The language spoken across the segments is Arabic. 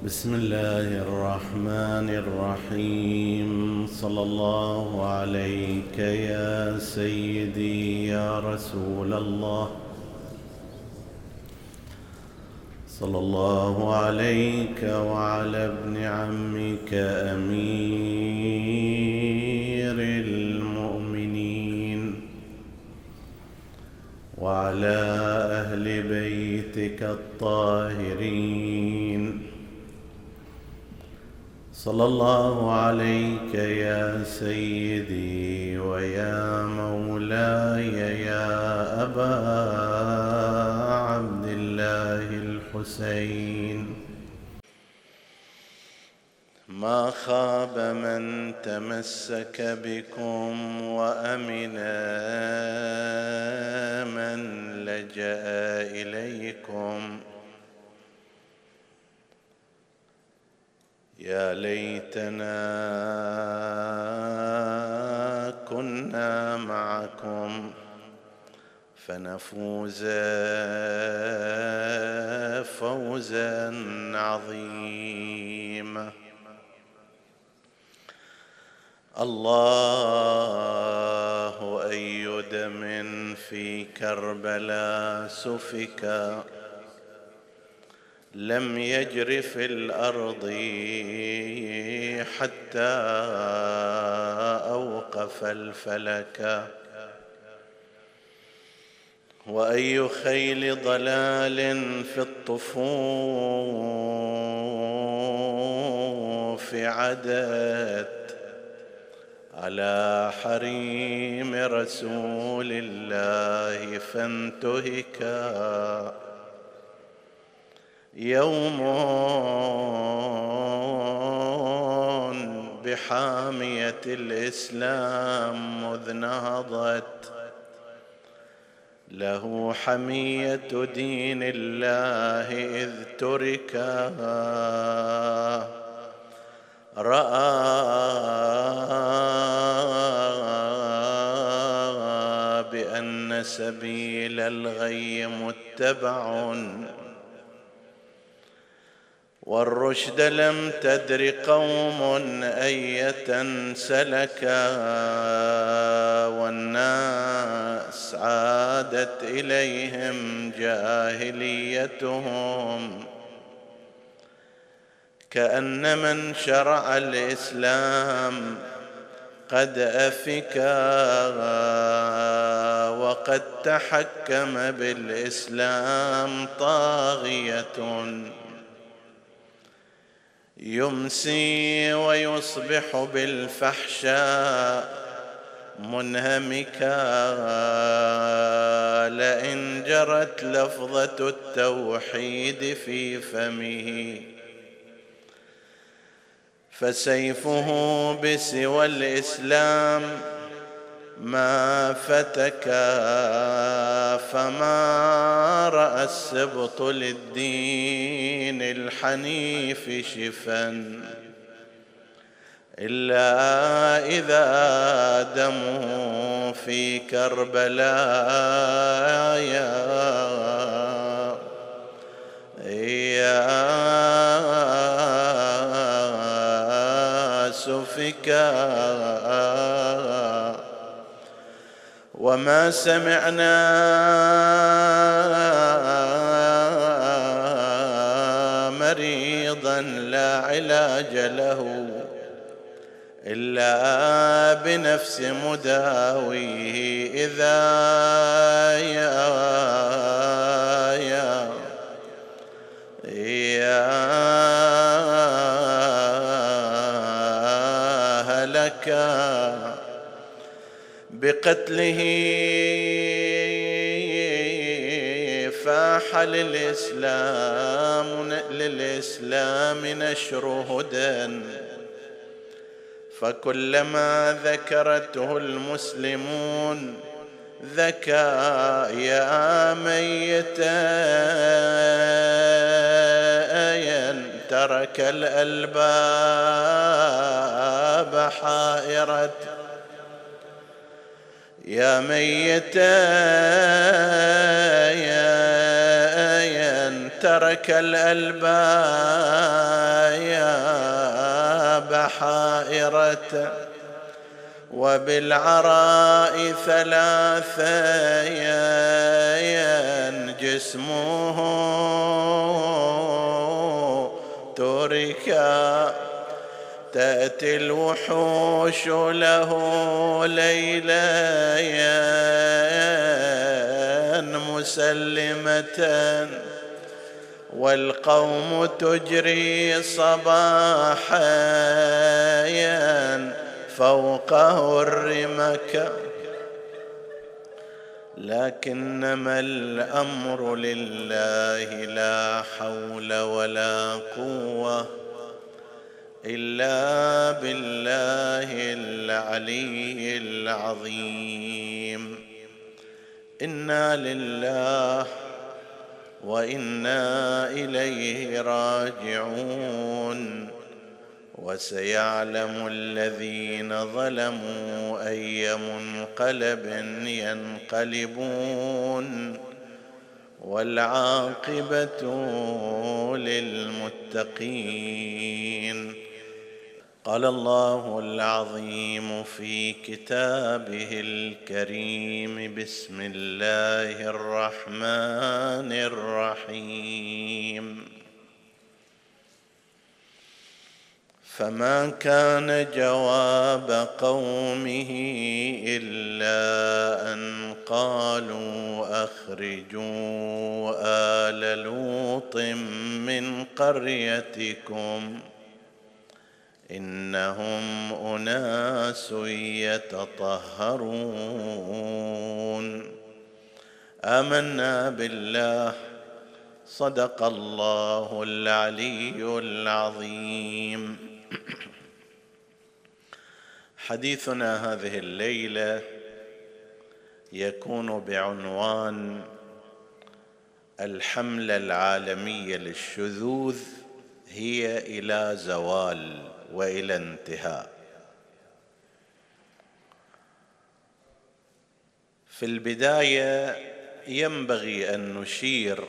بسم الله الرحمن الرحيم. صلى الله عليك يا سيدي يا رسول الله، صلى الله عليك وعلى ابن عمك أمير المؤمنين وعلى أهل بيتك الطاهرين. صلى الله عليك يا سيدي ويا مولاي يا أبا عبد الله الحسين. ما خاب من تمسك بكم وأمن من لجأ إليكم. يا ليتنا كنا معكم فنفوز فوزا عظيما. الله أي دم في كربلاء سفك لم يجر في الأرض حتى أوقف الفلك. وأي خيل ضلال في الطفوف عدت على حريم رسول الله فانتهكا. يوم بحامية الإسلام مذ نهضت له حمية دين الله إذ تركا. رأى بأن سبيل الغي متبع والرشد لم تدر قوم أية سلكا. والناس عادت إليهم جاهليتهم كأن من شرع الإسلام قد أفكا. وقد تحكم بالإسلام طاغية يمسي ويصبح بالفحشاء منهمكا. لئن جرت لفظة التوحيد في فمه فسيفه بسوى الإسلام ما فتكا. فما رأى السبط للدين الحنيف شفا إلا إذا دمه في كربلاء يا سفكا. وما سمعنا مريضا لا علاج له إلا بنفس مداويه إذا هلكا. بقتله فاح للإسلام نشر هدى. فكلما ذكرته المسلمون ذكى يا ميتا ترك الألباب حائرة. يا ميتا ترك الألباب طائرة وبالعراء ثلاثة جسمه تركا تأتي الوحوش له ليلا مسلمة والقوم تجري صباحا فوقه الرمك لكنما الأمر لله لا حول ولا قوة إلا بالله العلي العظيم. إنا لله وإنا إليه راجعون. وسيعلم الذين ظلموا أي منقلب ينقلبون والعاقبة للمتقين. قال الله العظيم في كتابه الكريم: بسم الله الرحمن الرحيم. فما كان جواب قومه إلا أن قالوا أخرجوا آل لوط من قريتكم إنهم أناس يتطهرون. آمنا بالله. صدق الله العلي العظيم. حديثنا هذه الليلة يكون بعنوان الحملة العالمية للشذوذ هي إلى زوال وإلى انتهاء. في البداية ينبغي أن نشير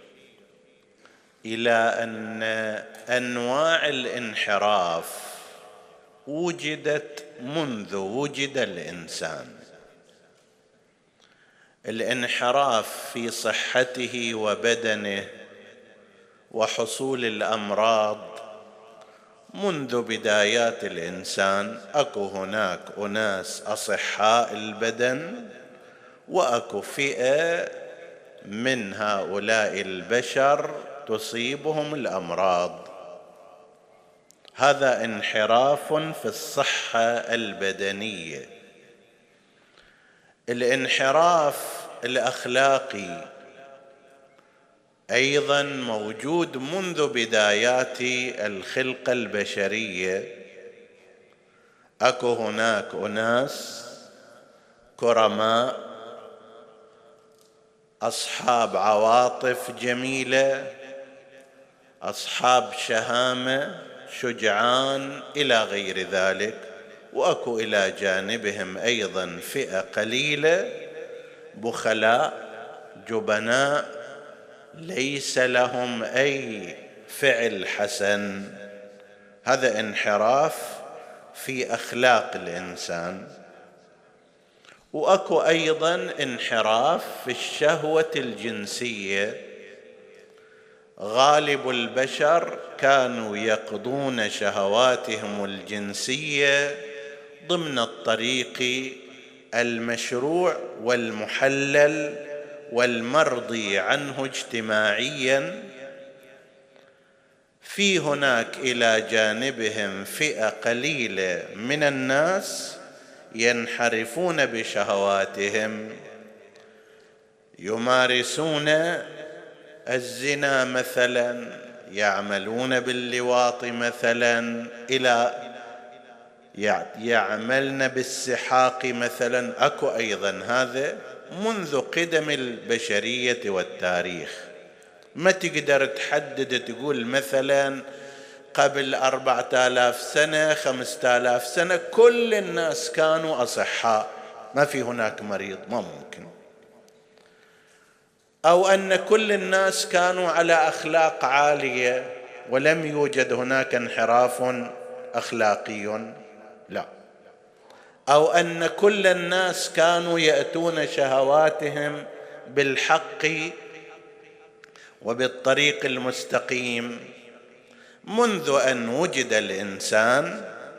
إلى أن أنواع الانحراف وجدت منذ وجد الإنسان. الانحراف في صحته وبدنه وحصول الأمراض منذ بدايات الإنسان. أكو هناك أناس أصحاء البدن وأكو فئة من هؤلاء البشر تصيبهم الأمراض. هذا انحراف في الصحة البدنية. الانحراف الأخلاقي أيضا موجود منذ بدايات الخلقة البشرية. أكو هناك أناس كرماء أصحاب عواطف جميلة أصحاب شهامة شجعان إلى غير ذلك. وأكو إلى جانبهم أيضا فئة قليلة بخلاء جبناء ليس لهم أي فعل حسن. هذا انحراف في أخلاق الإنسان. وأكو أيضا انحراف في الشهوة الجنسية. غالب البشر كانوا يقضون شهواتهم الجنسية ضمن الطريق المشروع والمحلل والمرضي عنه اجتماعيا. في هناك إلى جانبهم فئة قليلة من الناس ينحرفون بشهواتهم يمارسون الزنا مثلا يعملون باللواط مثلا إلى يعملن بالسحاق مثلا. أكو أيضا هذا منذ قدم البشرية والتاريخ. ما تقدر تحدد تقول مثلا قبل 4000 سنة 5000 سنة كل الناس كانوا أصحاء ما في هناك مريض، ما ممكن. أو أن كل الناس كانوا على أخلاق عالية ولم يوجد هناك انحراف أخلاقي. لا، أو أن كل الناس كانوا يأتون شهواتهم بالحق وبالطريق المستقيم. منذ أن وجد الإنسان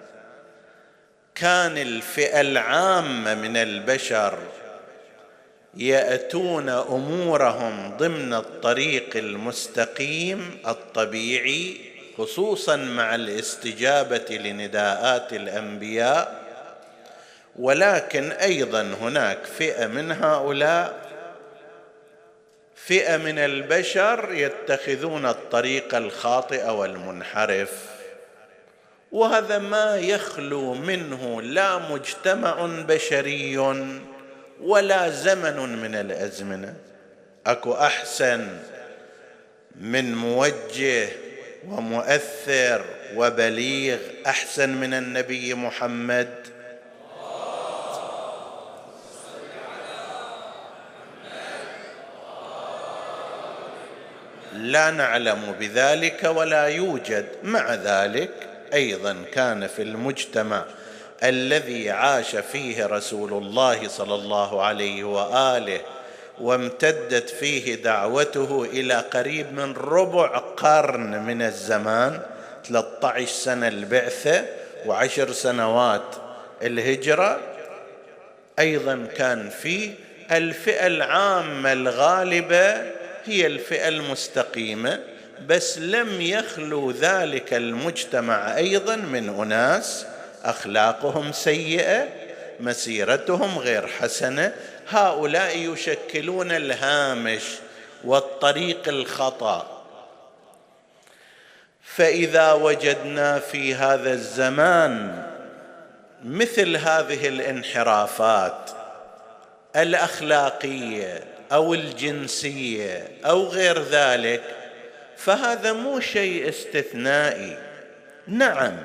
كان الفئة العامة من البشر يأتون أمورهم ضمن الطريق المستقيم الطبيعي، خصوصا مع الاستجابة لنداءات الأنبياء. ولكن أيضا هناك فئة من هؤلاء، فئة من البشر يتخذون الطريق الخاطئ والمنحرف، وهذا ما يخلو منه لا مجتمع بشري ولا زمن من الأزمنة. أكو أحسن من موجه ومؤثر وبليغ أحسن من النبي محمد؟ لا نعلم بذلك ولا يوجد. مع ذلك أيضا كان في المجتمع الذي عاش فيه رسول الله صلى الله عليه وآله وامتدت فيه دعوته إلى قريب من ربع قرن من الزمان، 13 سنة البعثة و10 سنوات الهجرة، أيضا كان فيه الفئة العامة الغالبة هي الفئة المستقيمة، بس لم يخلو ذلك المجتمع أيضا من أناس أخلاقهم سيئة، مسيرتهم غير حسنة. هؤلاء يشكلون الهامش والطريق الخطأ. فإذا وجدنا في هذا الزمان مثل هذه الانحرافات الأخلاقية أو الجنسية أو غير ذلك، فهذا مو شيء استثنائي. نعم،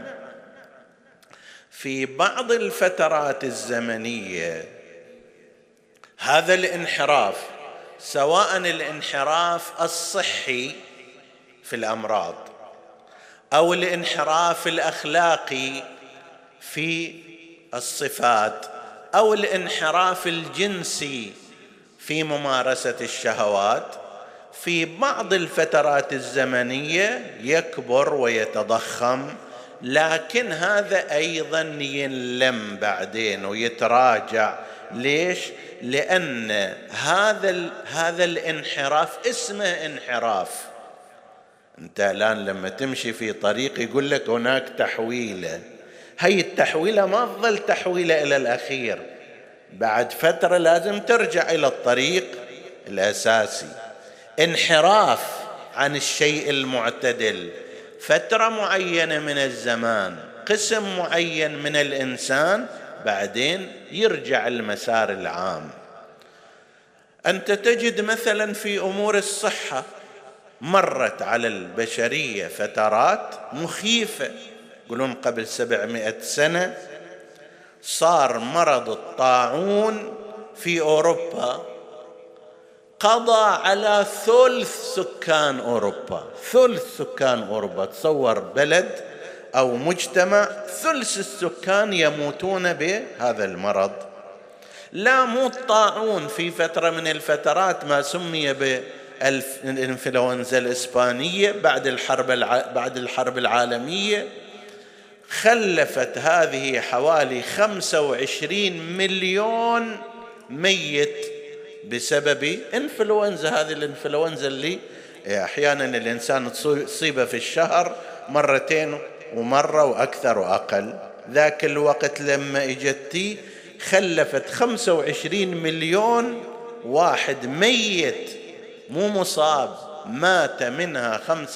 في بعض الفترات الزمنية هذا الانحراف، سواء الانحراف الصحي في الأمراض أو الانحراف الأخلاقي في الصفات أو الانحراف الجنسي في ممارسة الشهوات، في بعض الفترات الزمنية يكبر ويتضخم، لكن هذا أيضا ينلم بعدين ويتراجع. ليش؟ لأن هذا الانحراف اسمه انحراف. أنت الآن لما تمشي في طريق يقول لك هناك تحويلة، هي التحويلة ما تظل تحويلة إلى الأخير، بعد فترة لازم ترجع إلى الطريق الأساسي. انحراف عن الشيء المعتدل فترة معينة من الزمان، قسم معين من الإنسان، بعدين يرجع المسار العام. أنت تجد مثلا في أمور الصحة مرت على البشرية فترات مخيفة. يقولون قبل 700 سنة صار مرض الطاعون في أوروبا، قضى على ثلث سكان أوروبا. ثلث سكان أوروبا، تصور بلد أو مجتمع ثلث السكان يموتون بهذا المرض. لا مو الطاعون، في فترة من الفترات ما سمي بالإنفلونزا الإسبانية بعد الحرب العالمية، خلفت هذه حوالي 25 مليون ميت بسبب إنفلونزا. هذه الإنفلونزا اللي أحيانا الإنسان تصيبه في الشهر مرتين ومرة وأكثر وأقل. ذاك الوقت لما إجتي خلفت 25 مليون واحد ميت، مو مصاب، مات منها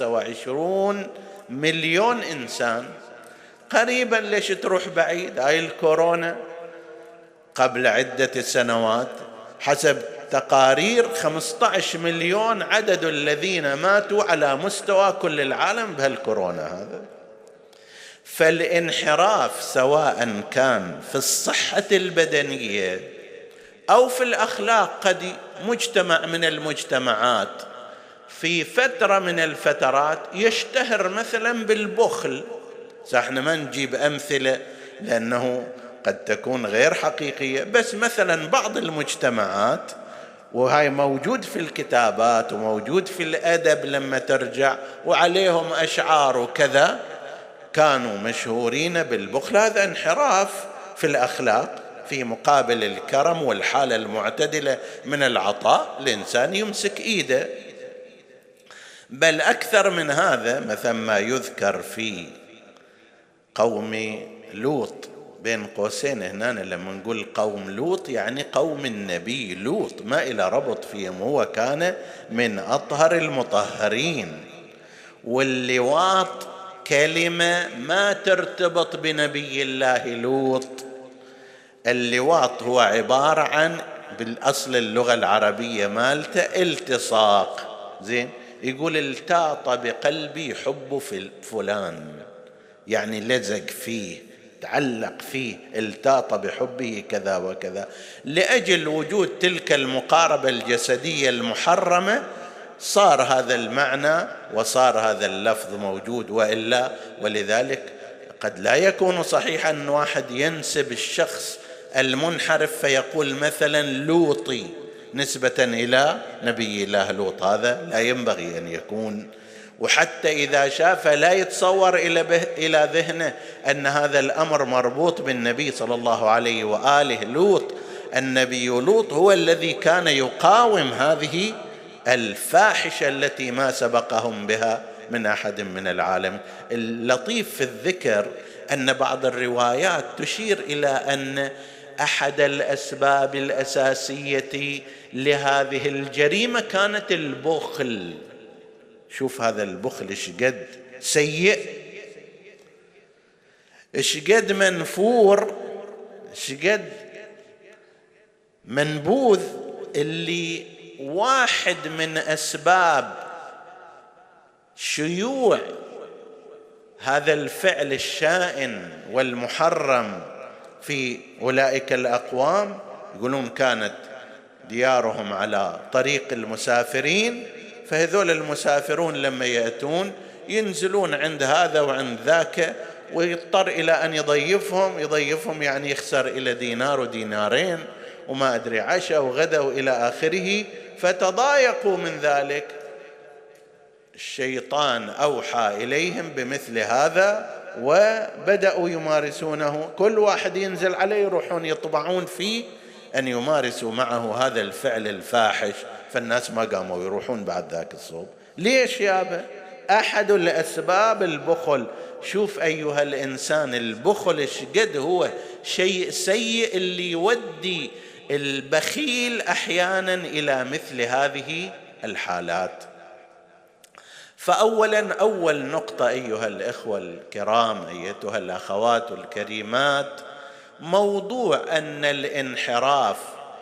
25 مليون إنسان. قريبا ليش تروح بعيد؟ هاي الكورونا قبل عدة سنوات حسب تقارير 15 مليون عدد الذين ماتوا على مستوى كل العالم بهالكورونا هذا. فالانحراف سواء كان في الصحة البدنية أو في الأخلاق، قد مجتمع من المجتمعات في فترة من الفترات يشتهر مثلا بالبخل. احنا ما نجيب أمثلة لأنه قد تكون غير حقيقية. بس مثلا بعض المجتمعات، وهاي موجود في الكتابات وموجود في الأدب لما ترجع، وعليهم أشعار وكذا، كانوا مشهورين بالبخل. هذا انحراف في الأخلاق في مقابل الكرم والحالة المعتدلة من العطاء. الإنسان يمسك إيده. بل أكثر من هذا، مثلا ما يذكر في قوم لوط، بين قوسين هنا لما نقول قوم لوط يعني قوم النبي لوط، ما إلى ربط فيهم، هو كان من أطهر المطهرين. واللواط كلمة ما ترتبط بنبي الله لوط. اللواط هو عبارة عن، بالأصل اللغة العربية مالته التصاق. زين، يقول التاط بقلبي حب في فلان، يعني لزق فيه، تعلق فيه، التاط بحبه كذا وكذا. لأجل وجود تلك المقاربة الجسدية المحرمة صار هذا المعنى وصار هذا اللفظ موجود، وإلا ولذلك قد لا يكون صحيحا أن واحد ينسب الشخص المنحرف فيقول مثلا لوطي نسبة إلى نبي الله لوط، هذا لا ينبغي أن يكون. وحتى إذا شاف لا يتصور إلى ذهنه أن هذا الأمر مربوط بالنبي صلى الله عليه وآله. لوط، النبي لوط هو الذي كان يقاوم هذه الفاحشة التي ما سبقهم بها من أحد من العالم. اللطيف في الذكر أن بعض الروايات تشير إلى أن أحد الأسباب الأساسية لهذه الجريمة كانت البخل. شوف هذا البخل إشقد سيء، إشقد منفور، إشقد منبوذ، اللي واحد من أسباب شيوع هذا الفعل الشائن والمحرم في أولئك الأقوام. يقولون كانت ديارهم على طريق المسافرين، فهذول المسافرون لما يأتون ينزلون عند هذا وعند ذاك، ويضطر إلى أن يضيفهم يعني يخسر إلى دينار ودينارين وما أدري عشاء وغدا وإلى آخره. فتضايقوا من ذلك، الشيطان أوحى إليهم بمثل هذا وبدأوا يمارسونه. كل واحد ينزل عليه يروحون يطبعون فيه أن يمارسوا معه هذا الفعل الفاحش. فالناس ما قاموا يروحون بعد ذاك الصوب. ليش يابا؟ أحد الأسباب البخل. شوف أيها الإنسان، البخل إشقد هو شيء سيء اللي يودي البخيل أحيانا إلى مثل هذه الحالات. فأولا، أول نقطة أيها الإخوة الكرام، أيتها الأخوات الكريمات، موضوع أن الانحراف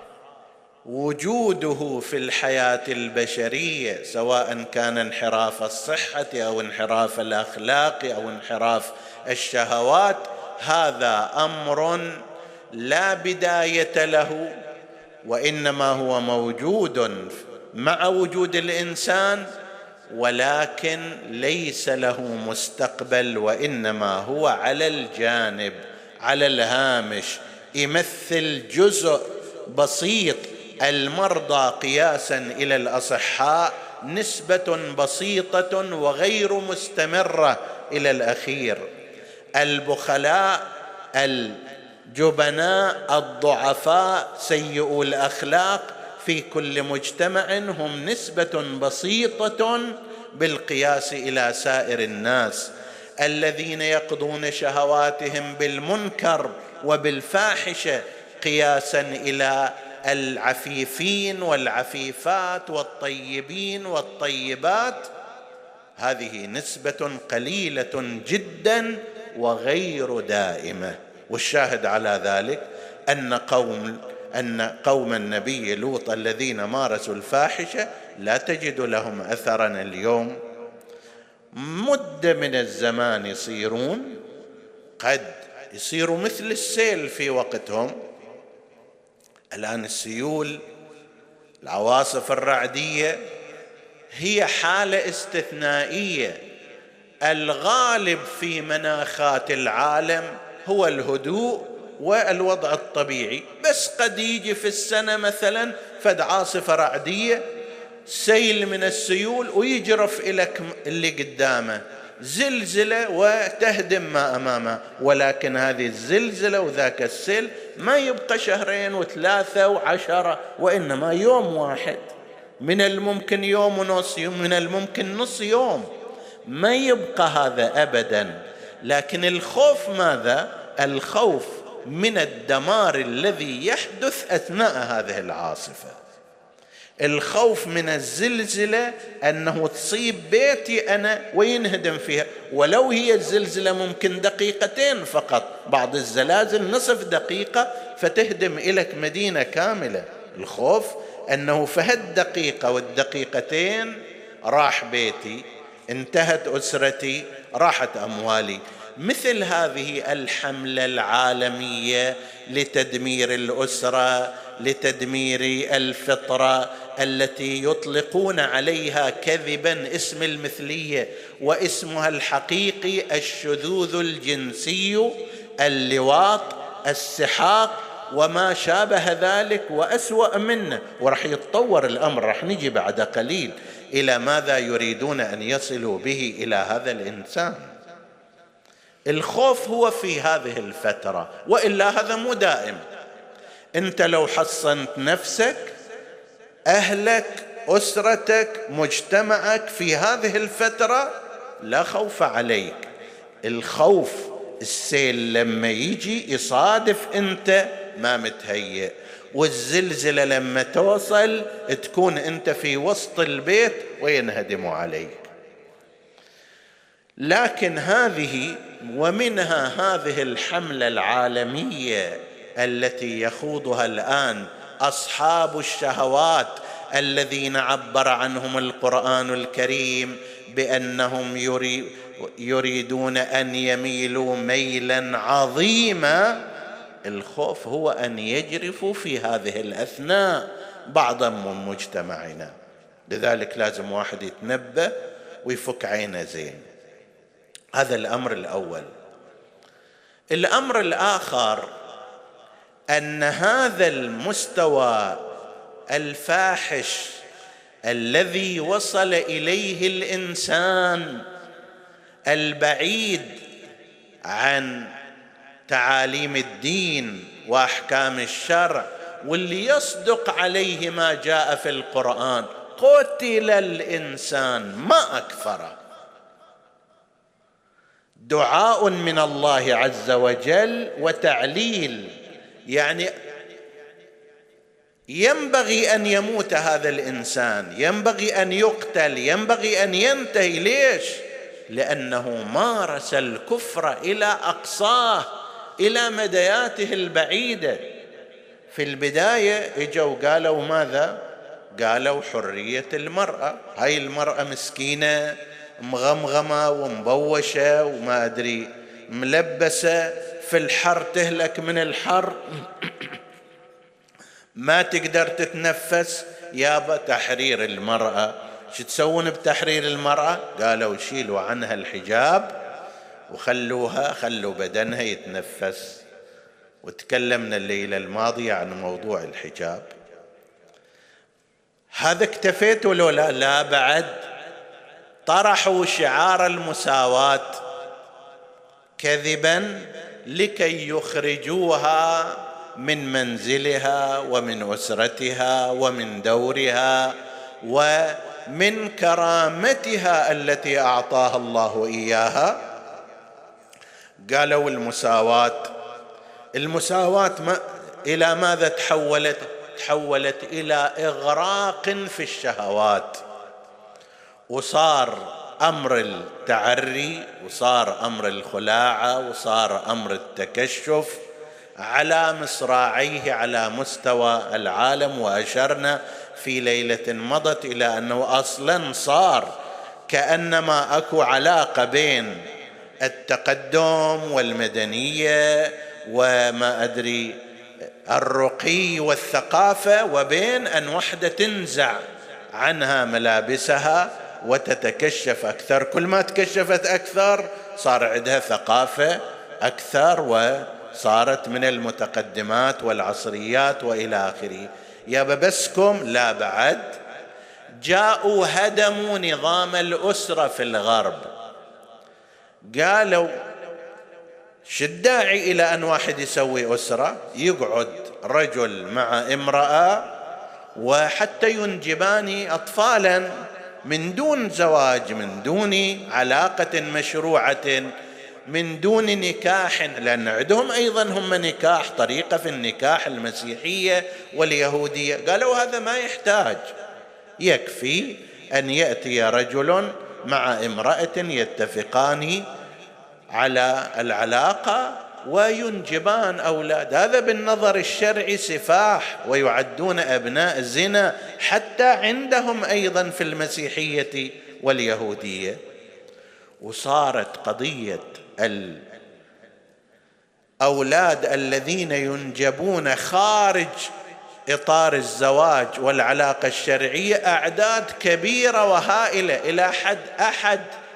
وجوده في الحياة البشرية، سواء كان انحراف الصحة أو انحراف الأخلاق أو انحراف الشهوات، هذا أمر لا بداية له، وإنما هو موجود مع وجود الإنسان، ولكن ليس له مستقبل، وإنما هو على الجانب، على الهامش، يمثل جزء بسيط. المرضى قياسا إلى الأصحاء نسبة بسيطة وغير مستمرة إلى الأخير. البخلاء، الجبناء، الضعفاء، سيئو الأخلاق في كل مجتمع هم نسبة بسيطة بالقياس إلى سائر الناس. الذين يقضون شهواتهم بالمنكر وبالفاحشة قياسا إلى العفيفين والعفيفات والطيبين والطيبات، هذه نسبة قليلة جدا وغير دائمة. والشاهد على ذلك أن قوم النبي لوط الذين مارسوا الفاحشة لا تجد لهم أثرا اليوم. مدة من الزمان يصيرون، قد يصيروا مثل السيل في وقتهم. الآن السيول، العواصف الرعدية هي حالة استثنائية. الغالب في مناخات العالم هو الهدوء والوضع الطبيعي. بس قد يجي في السنة مثلا فد عاصفة رعدية، سيل من السيول، ويجرف إليك اللي قدامه، زلزلة وتهدم ما أمامه. ولكن هذه الزلزلة وذاك السيل ما يبقى شهرين وثلاثة وعشرة، وإنما يوم واحد، من الممكن يوم ونص، من الممكن نص يوم، ما يبقى هذا أبدا. لكن الخوف ماذا؟ الخوف من الدمار الذي يحدث أثناء هذه العاصفة. الخوف من الزلزلة أنه تصيب بيتي أنا وينهدم فيها، ولو هي الزلزلة ممكن دقيقتين فقط، بعض الزلازل نصف دقيقة فتهدم إليك مدينة كاملة. الخوف أنه في هالدقيقة والدقيقتين راح بيتي، انتهت أسرتي، راحت أموالي. مثل هذه الحملة العالمية لتدمير الأسرة، لتدمير الفطرة، التي يطلقون عليها كذبا اسم المثلية، واسمها الحقيقي الشذوذ الجنسي، اللواط، السحاق وما شابه ذلك وأسوأ منه. ورح يتطور الأمر، رح نجي بعد قليل إلى ماذا يريدون أن يصلوا به إلى هذا الإنسان. الخوف هو في هذه الفترة، وإلا هذا مو دائم. أنت لو حصنت نفسك، أهلك، أسرتك، مجتمعك في هذه الفترة لا خوف عليك. الخوف السيل لما يجي يصادف أنت ما متهيئ، والزلزلة لما توصل تكون أنت في وسط البيت وينهدم عليك. لكن هذه ومنها هذه الحملة العالمية التي يخوضها الآن أصحاب الشهوات، الذين عبر عنهم القرآن الكريم بأنهم يريدون أن يميلوا ميلا عظيما. الخوف هو أن يجرفوا في هذه الأثناء بعضا من مجتمعنا. لذلك لازم واحد يتنبه ويفك عينه زين. هذا الأمر الأول. الأمر الآخر أن هذا المستوى الفاحش الذي وصل إليه الإنسان البعيد عن تعاليم الدين وأحكام الشرع، واللي يصدق عليه ما جاء في القرآن، قتل الإنسان ما أكفره. دعاء من الله عز وجل وتعليل، يعني ينبغي أن يموت هذا الإنسان، ينبغي أن يقتل، ينبغي أن ينتهي. ليش؟ لأنه مارس الكفر إلى أقصاه، إلى مدياته البعيدة. في البداية اجوا قالوا ماذا؟ قالوا حرية المرأة. هاي المرأة مسكينة مغمغمة ومبوشة وما أدري ملبسة، في الحر تهلك من الحر، ما تقدر تتنفس. يابا تحرير المرأة. شو تسوون بتحرير المرأة؟ قالوا شيلوا عنها الحجاب وخلوها، خلوا بدنها يتنفس. وتكلمنا الليلة الماضية عن موضوع الحجاب. هذا اكتفيت ولو لا؟ لا بعد طرحوا شعار المساواة كذبا لكي يخرجوها من منزلها ومن أسرتها ومن دورها ومن كرامتها التي أعطاها الله إياها. قالوا المساواة إلى ماذا تحولت؟ تحولت إلى إغراق في الشهوات، وصار أمر التعري، وصار أمر الخلاعة، وصار أمر التكشف على مصراعيه على مستوى العالم. وأشرنا في ليلة مضت إلى أنه أصلا صار كأنما أكو علاقة بين التقدم والمدنية وما أدري الرقي والثقافة، وبين أن وحدة تنزع عنها ملابسها وتتكشف أكثر. كل ما تكشفت أكثر صار عندها ثقافة أكثر وصارت من المتقدمات والعصريات وإلى آخره. يا بسكم لا، بعد جاءوا هدموا نظام الأسرة في الغرب. قالوا شو الداعي إلى أن واحد يسوي أسرة؟ يقعد رجل مع امرأة وحتى ينجبان أطفالا من دون زواج، من دون علاقة مشروعة، من دون نكاح، لأن عندهم أيضا هم نكاح، طريقة في النكاح المسيحية واليهودية. قالوا هذا ما يحتاج، يكفي أن يأتي رجل مع امرأة يتفقان على العلاقة وينجبان أولاد. هذا بالنظر الشرعي سفاح ويعدون أبناء زنا حتى عندهم أيضا في المسيحية واليهودية. وصارت قضية الأولاد الذين ينجبون خارج إطار الزواج والعلاقة الشرعية أعداد كبيرة وهائلة، إلى حد أحد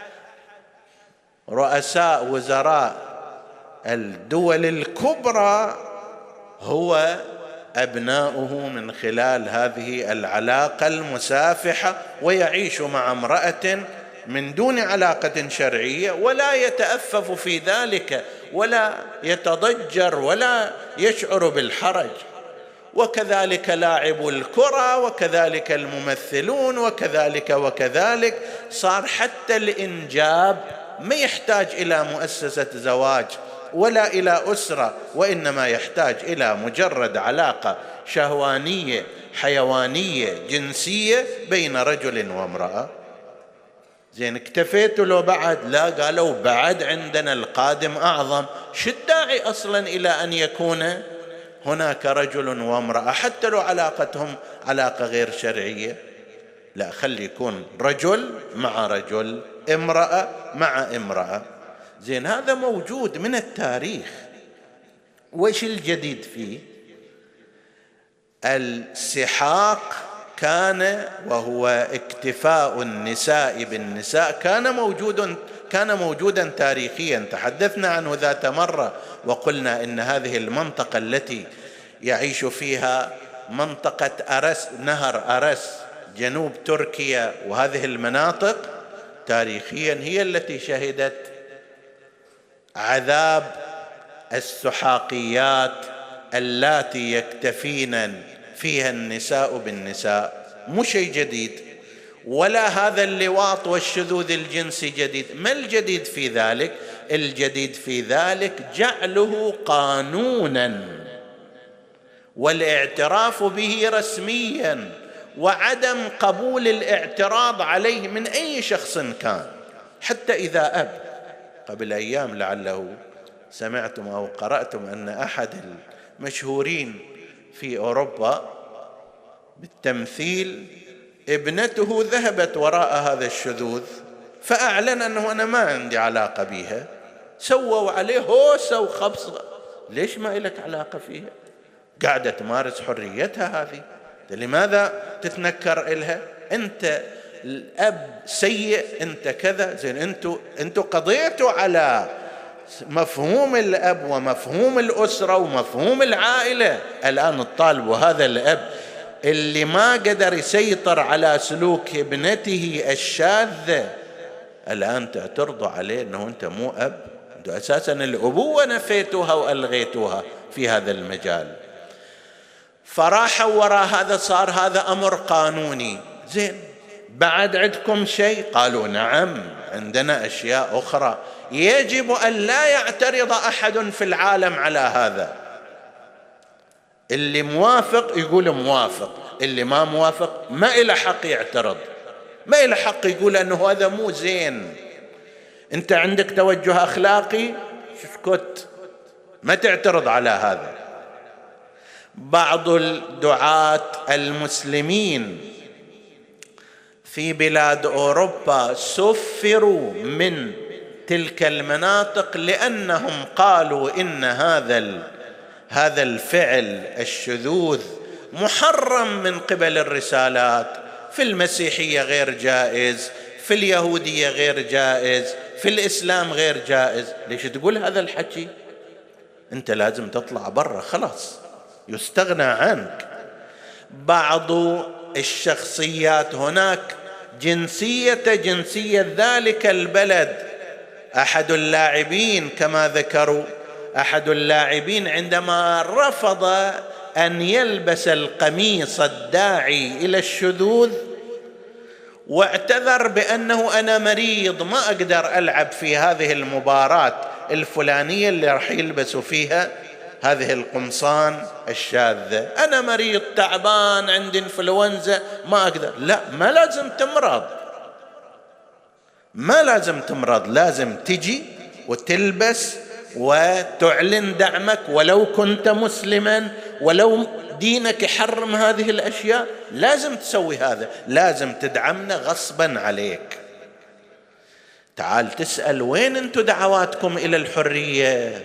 رؤساء وزراء الدول الكبرى هو أبناؤه من خلال هذه العلاقة المسافحة، ويعيش مع امرأة من دون علاقة شرعية ولا يتأفف في ذلك ولا يتضجر ولا يشعر بالحرج. وكذلك لاعبو الكرة، وكذلك الممثلون، وكذلك صار حتى الإنجاب ما يحتاج إلى مؤسسة زواج ولا إلى أسرة، وإنما يحتاج إلى مجرد علاقة شهوانية حيوانية جنسية بين رجل وامرأة. زين، اكتفيتوا لو بعد؟ لا، قالوا بعد عندنا القادم أعظم. شو الداعي أصلا إلى أن يكون هناك رجل وامرأة حتى لو علاقتهم علاقة غير شرعية؟ لا، خلي يكون رجل مع رجل، امرأة مع امرأة. زين، هذا موجود من التاريخ. وش الجديد فيه؟ السحاق كان، وهو اكتفاء النساء بالنساء، كان موجودا تاريخيا. تحدثنا عنه ذات مرة وقلنا إن هذه المنطقة التي يعيش فيها منطقة أرس، نهر أرس، جنوب تركيا، وهذه المناطق تاريخيا هي التي شهدت عذاب السحاقيات اللاتي يكتفين فيها النساء بالنساء. مو شيء جديد، ولا هذا اللواط والشذوذ الجنسي جديد. ما الجديد في ذلك؟ الجديد في ذلك جعله قانونا والاعتراف به رسميا، وعدم قبول الاعتراض عليه من أي شخص كان، حتى إذا أب. قبل أيام لعله سمعتم أو قرأتم أن أحد المشهورين في أوروبا بالتمثيل ابنته ذهبت وراء هذا الشذوذ، فأعلن أنه أنا ما عندي علاقة بها. سووا عليه هوسة وخبصة. ليش ما إلك علاقة فيها؟ قاعدة تمارس حريتها هذه، لماذا تتنكر إلها؟ أنت الأب سيء، أنت كذا. زين، أنتوا قضيتوا على مفهوم الأب ومفهوم الأسرة ومفهوم العائلة. الآن الطالب وهذا الأب اللي ما قدر يسيطر على سلوك ابنته الشاذة، الآن تعترضوا عليه أنه أنت مو أب. أنتوا أساسا الأبوة نفيتوها وألغيتوها في هذا المجال. فراحوا وراء هذا، صار هذا أمر قانوني. زين، بعد عندكم شيء؟ قالوا نعم، عندنا أشياء أخرى. يجب أن لا يعترض أحد في العالم على هذا. اللي موافق يقول موافق، اللي ما موافق ما إله حق يعترض، ما إله حق يقول أنه هذا مو زين. أنت عندك توجه أخلاقي، اسكت، ما تعترض على هذا. بعض الدعاة المسلمين في بلاد أوروبا سفروا من تلك المناطق لأنهم قالوا إن هذا الفعل الشذوذ محرم من قبل الرسالات. في المسيحية غير جائز، في اليهودية غير جائز، في الإسلام غير جائز. ليش تقول هذا الحكي؟ أنت لازم تطلع برا، خلاص يستغنى عنك. بعض الشخصيات هناك جنسية ذلك البلد. أحد اللاعبين كما ذكروا، أحد اللاعبين عندما رفض أن يلبس القميص الداعي إلى الشذوذ واعتذر بأنه أنا مريض ما أقدر ألعب في هذه المباراة الفلانية اللي راح يلبسوا فيها هذه القمصان الشاذة، أنا مريض تعبان عندي انفلونزا ما أقدر. لا، ما لازم تمرض، ما لازم تمرض، لازم تجي وتلبس وتعلن دعمك ولو كنت مسلما، ولو دينك يحرم هذه الأشياء لازم تسوي هذا، لازم تدعمنا غصبا عليك. تعال تسأل وين أنتم دعواتكم إلى الحرية؟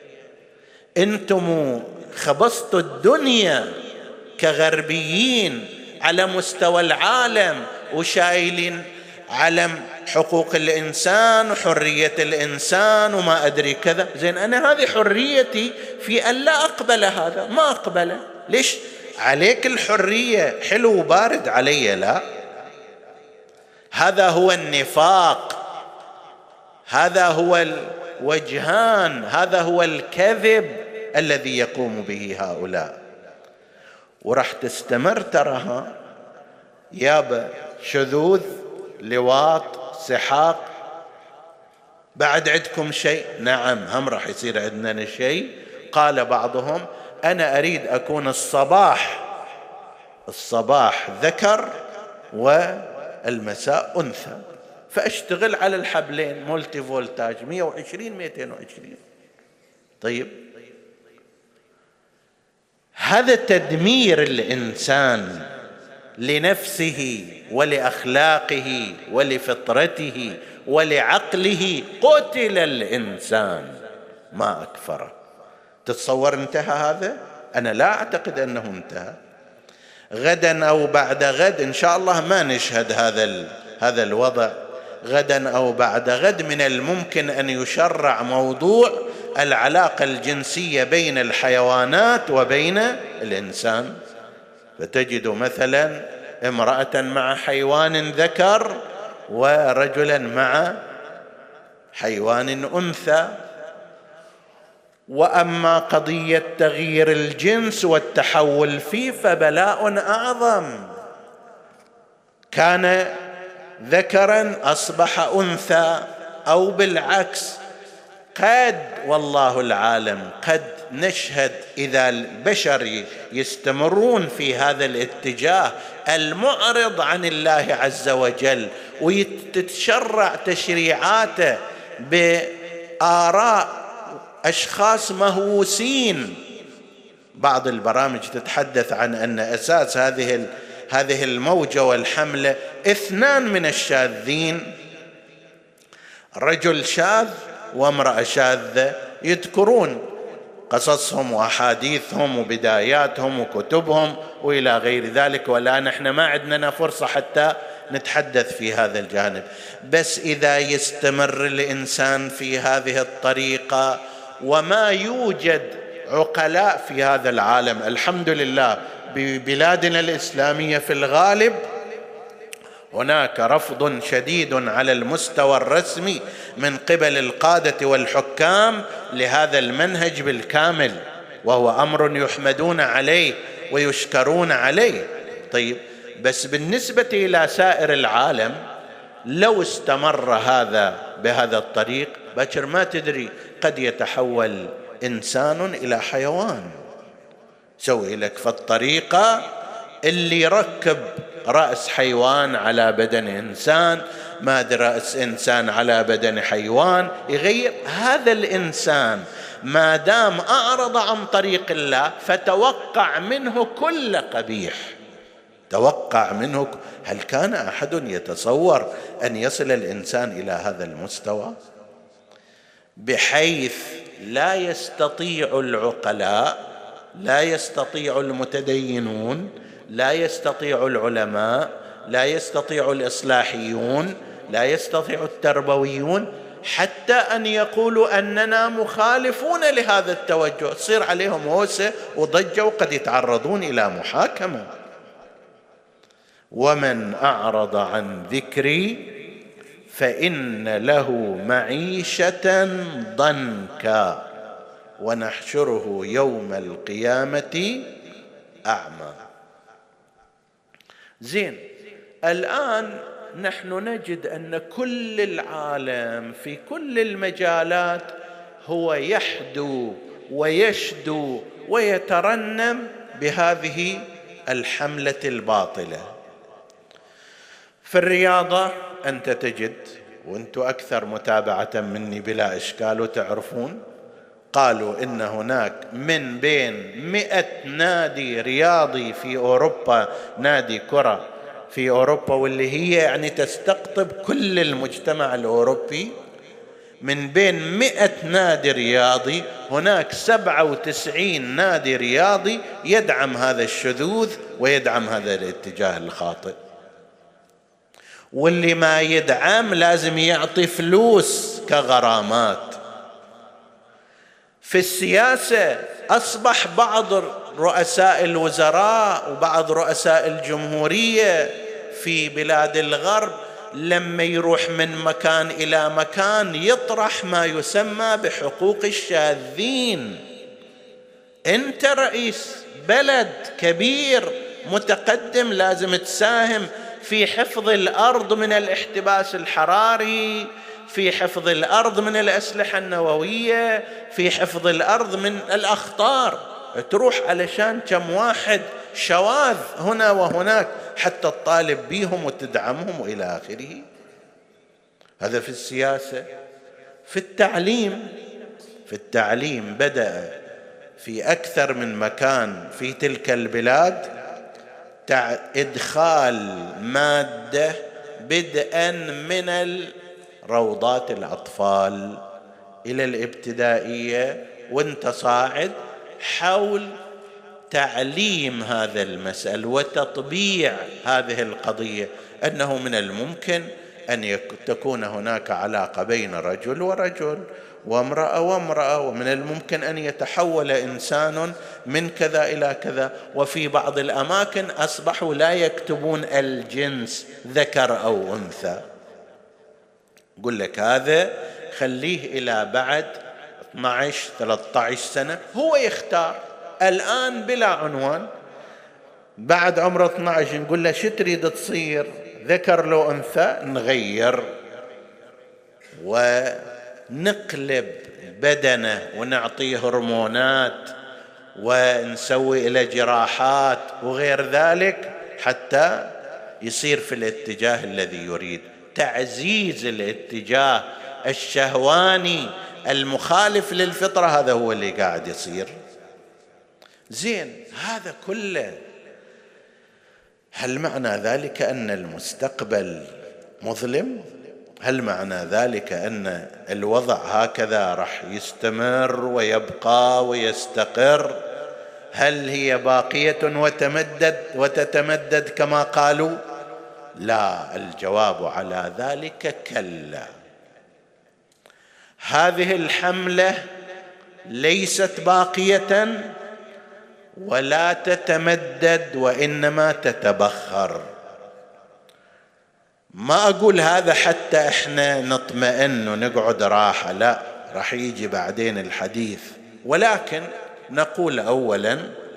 أنتم خبصتوا الدنيا كغربيين على مستوى العالم وشايلين علم حقوق الإنسان وحرية الإنسان وما أدري كذا. زين، أنا هذه حريتي في أن لا أقبل هذا، ما أقبله. ليش عليك الحرية حلو وبارد علي؟ لا، هذا هو النفاق، هذا هو الوجهان، هذا هو الكذب الذي يقوم به هؤلاء. ورح تستمر تراها يابا، شذوذ، لواط، سحاق. بعد عندكم شيء؟ نعم، هم راح يصير عندنا شيء. قال بعضهم أنا أريد أكون الصباح ذكر والمساء أنثى، فأشتغل على الحبلين مولتي فولتاج 120 220. طيب، هذا تدمير الإنسان لنفسه ولأخلاقه ولفطرته ولعقله. قتل الإنسان ما أكفره. تتصور انتهى هذا؟ أنا لا أعتقد أنه انتهى. غدا أو بعد غد إن شاء الله ما نشهد هذا الوضع. غدا أو بعد غد من الممكن أن يشرع موضوع العلاقة الجنسية بين الحيوانات وبين الإنسان، فتجد مثلا امرأة مع حيوان ذكر ورجلا مع حيوان أنثى. وأما قضية تغيير الجنس والتحول فيه فبلاء أعظم. كان ذكرا أصبح أنثى أو بالعكس. قد والله العالم قد نشهد إذا البشر يستمرون في هذا الاتجاه المعرض عن الله عز وجل ويتشرع تشريعاته بآراء أشخاص مهووسين. بعض البرامج تتحدث عن أن أساس هذه الموجة والحملة 2 من الشاذين، رجل شاذ وامرأة شاذة، يذكرون قصصهم وأحاديثهم وبداياتهم وكتبهم وإلى غير ذلك، ولا نحن ما عندنا فرصة حتى نتحدث في هذا الجانب. بس إذا يستمر الإنسان في هذه الطريقة وما يوجد عقلاء في هذا العالم، الحمد لله ببلادنا الإسلامية في الغالب هناك رفض شديد على المستوى الرسمي من قبل القادة والحكام لهذا المنهج بالكامل، وهو أمر يحمدون عليه ويشكرون عليه. طيب، بس بالنسبة إلى سائر العالم لو استمر هذا بهذا الطريق بكر ما تدري قد يتحول إنسان إلى حيوان. سوي لك في الطريقة اللي يركب رأس حيوان على بدن إنسان، ما أدري رأس إنسان على بدن حيوان، يغير هذا الإنسان ما دام أعرض عن طريق الله فتوقع منه كل قبيح. توقع منه. هل كان أحد يتصور أن يصل الإنسان إلى هذا المستوى بحيث لا يستطيع العقلاء، لا يستطيع المتدينون، لا يستطيع العلماء، لا يستطيع الإصلاحيون، لا يستطيع التربويون حتى أن يقولوا أننا مخالفون لهذا التوجه، تصير عليهم هوسة وضجة وقد يتعرضون إلى محاكمة. ومن أعرض عن ذكري فإن له معيشة ضنكا ونحشره يوم القيامة أعمى. زين، الآن نحن نجد أن كل العالم في كل المجالات هو يحدو ويشدو ويترنم بهذه الحملة الباطلة. في الرياضة أنت تجد، وأنتم أكثر متابعة مني بلا إشكال وتعرفون، قالوا إن هناك من بين 100 نادي رياضي في أوروبا، نادي كرة في أوروبا واللي هي يعني تستقطب كل المجتمع الأوروبي، من بين 100 نادي رياضي هناك 97 نادي رياضي يدعم هذا الشذوذ ويدعم هذا الاتجاه الخاطئ، واللي ما يدعم لازم يعطي فلوس كغرامات. في السياسة أصبح بعض رؤساء الوزراء وبعض رؤساء الجمهورية في بلاد الغرب لما يروح من مكان إلى مكان يطرح ما يسمى بحقوق الشاذين. أنت رئيس بلد كبير متقدم، لازم تساهم في حفظ الأرض من الاحتباس الحراري، في حفظ الأرض من الأسلحة النووية، في حفظ الأرض من الأخطار. تروح علشان كم واحد شواذ هنا وهناك حتى تطالب بيهم وتدعمهم وإلى آخره. هذا في السياسة. في التعليم بدأ في أكثر من مكان في تلك البلاد إدخال مادة بدءا من روضات الأطفال إلى الابتدائية وانت صاعد، حول تعليم هذا المسألة وتطبيع هذه القضية، أنه من الممكن أن تكون هناك علاقة بين رجل ورجل وامرأة وامرأة، ومن الممكن أن يتحول إنسان من كذا إلى كذا. وفي بعض الأماكن أصبحوا لا يكتبون الجنس ذكر أو أنثى، قل لك هذا خليه إلى بعد 12-13 سنة هو يختار. الآن بلا عنوان، بعد عمر 12 نقول له شو تريد تصير، ذكر لو أنثى، نغير ونقلب بدنه ونعطيه هرمونات ونسوي له جراحات وغير ذلك حتى يصير في الاتجاه الذي يريد. تعزيز الاتجاه الشهواني المخالف للفطرة، هذا هو اللي قاعد يصير. زين، هذا كله هل معنى ذلك أن المستقبل مظلم؟ هل معنى ذلك أن الوضع هكذا راح يستمر ويبقى ويستقر؟ هل هي باقية وتتمدد كما قالوا؟ لا، الجواب على ذلك كلا. هذه الحملة ليست باقية ولا تتمدد، وإنما تتبخر. ما أقول هذا حتى إحنا نطمئن ونقعد راحة، لا، راح يجي بعدين الحديث، ولكن نقول أولا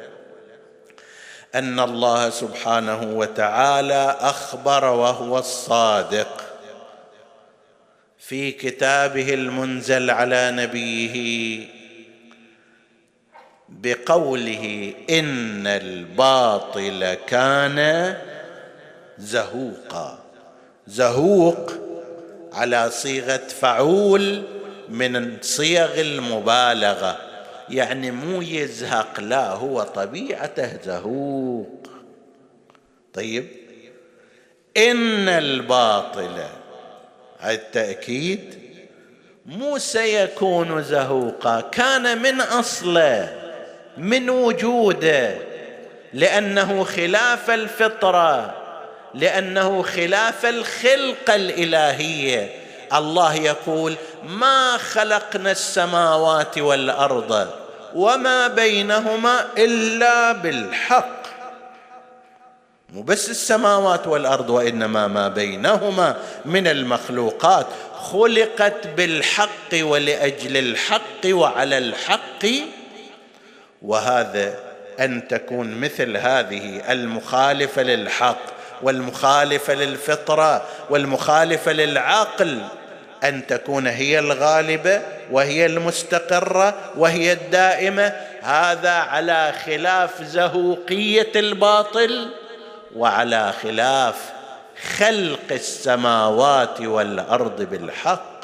أن الله سبحانه وتعالى أخبر وهو الصادق في كتابه المنزل على نبيه بقوله إن الباطل كان زهوقا. زهوق على صيغة فعول من صيغ المبالغة، يعني مو يزهق، لا، هو طبيعته زهوق. طيب، إن الباطل، التأكيد، مو سيكون زهوقا، كان من أصله، من وجوده، لأنه خلاف الفطرة، لأنه خلاف الخلقة الإلهية. الله يقول ما خلقنا السماوات والأرض وما بينهما إلا بالحق. مو بس السماوات والأرض، وإنما ما بينهما من المخلوقات خلقت بالحق ولأجل الحق وعلى الحق. وهذا أن تكون مثل هذه المخالفة للحق والمخالفة للفطرة والمخالفة للعقل أن تكون هي الغالبة وهي المستقرة وهي الدائمة، هذا على خلاف زهوقية الباطل وعلى خلاف خلق السماوات والأرض بالحق.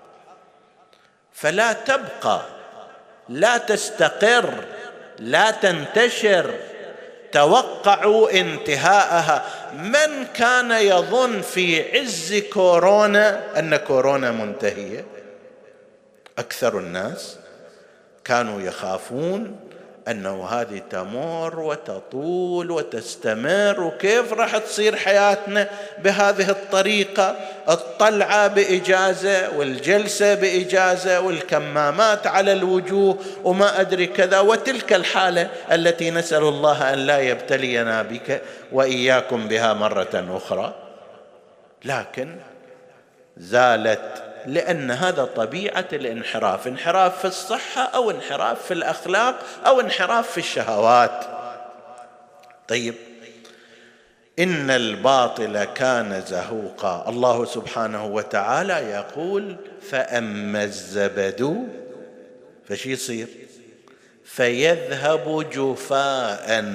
فلا تبقى، لا تستقر، لا تنتشر. توقعوا انتهاءها. من كان يظن في عز كورونا أن كورونا منتهية؟ أكثر الناس كانوا يخافون أنه هذه تمر وتطول وتستمر، وكيف راح تصير حياتنا بهذه الطريقة، الطلعة بإجازة والجلسة بإجازة والكمامات على الوجوه وما أدري كذا، وتلك الحالة التي نسأل الله أن لا يبتلينا بك وإياكم بها مرة أخرى. لكن زالت، لأن هذا طبيعة الانحراف، انحراف في الصحة أو انحراف في الأخلاق أو انحراف في الشهوات. طيب، إن الباطل كان زهوقا. الله سبحانه وتعالى يقول: فأما الزبد فشي يصير؟ فيذهب جفاء،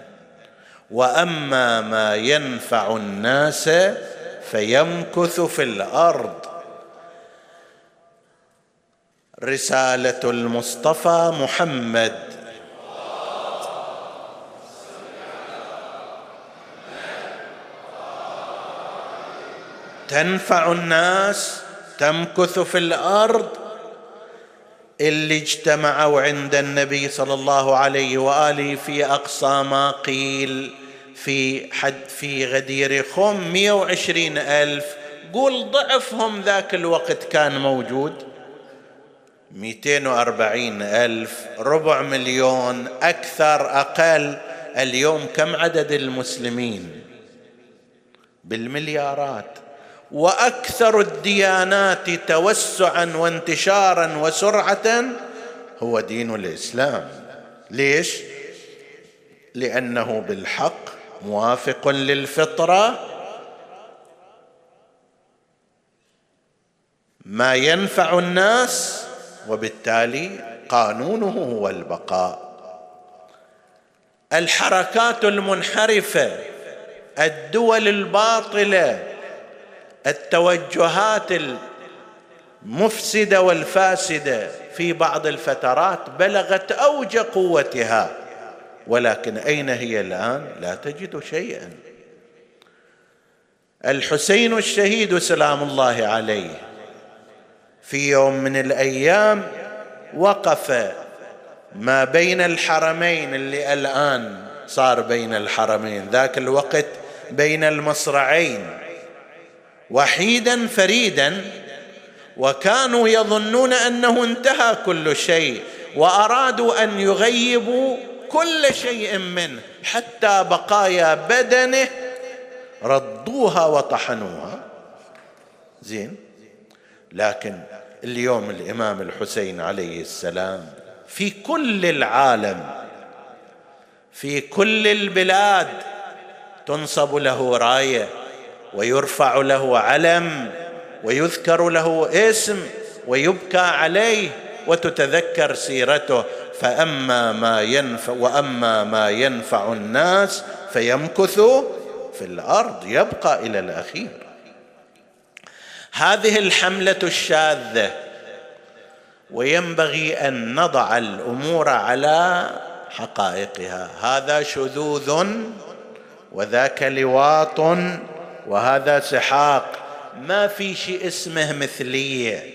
وأما ما ينفع الناس فيمكث في الأرض. رسالة المصطفى محمد تنفع الناس، تمكث في الأرض. اللي اجتمعوا عند النبي صلى الله عليه وآله في أقصى ما قيل في غدير خم 120,000، قول ضعفهم ذاك الوقت كان موجود 240,000، 250,000، أكثر أقل. اليوم كم عدد المسلمين؟ بالمليارات. وأكثر الديانات توسعا وانتشارا وسرعة هو دين الإسلام. ليش؟ لأنه بالحق موافق للفطرة، ما ينفع الناس، وبالتالي قانونه هو البقاء. الحركات المنحرفة، الدول الباطلة، التوجهات المفسدة والفاسدة في بعض الفترات بلغت أوج قوتها، ولكن أين هي الآن؟ لا تجد شيئا. الحسين الشهيد سلام الله عليه في يوم من الأيام وقف ما بين الحرمين، اللي الآن صار بين الحرمين، ذاك الوقت بين المصرعين، وحيدا فريدا، وكانوا يظنون أنه انتهى كل شيء، وأرادوا أن يغيبوا كل شيء منه، حتى بقايا بدنه ردوها وطحنوها. زين، لكن اليوم الإمام الحسين عليه السلام في كل العالم، في كل البلاد تنصب له راية ويرفع له علم ويذكر له اسم ويبكى عليه وتتذكر سيرته. وأما ما ينفع الناس فيمكث في الأرض، يبقى إلى الأخير. هذه الحملة الشاذة، وينبغي أن نضع الأمور على حقائقها. هذا شذوذ، وذاك لواط، وهذا سحاق، ما في شيء اسمه مثلية.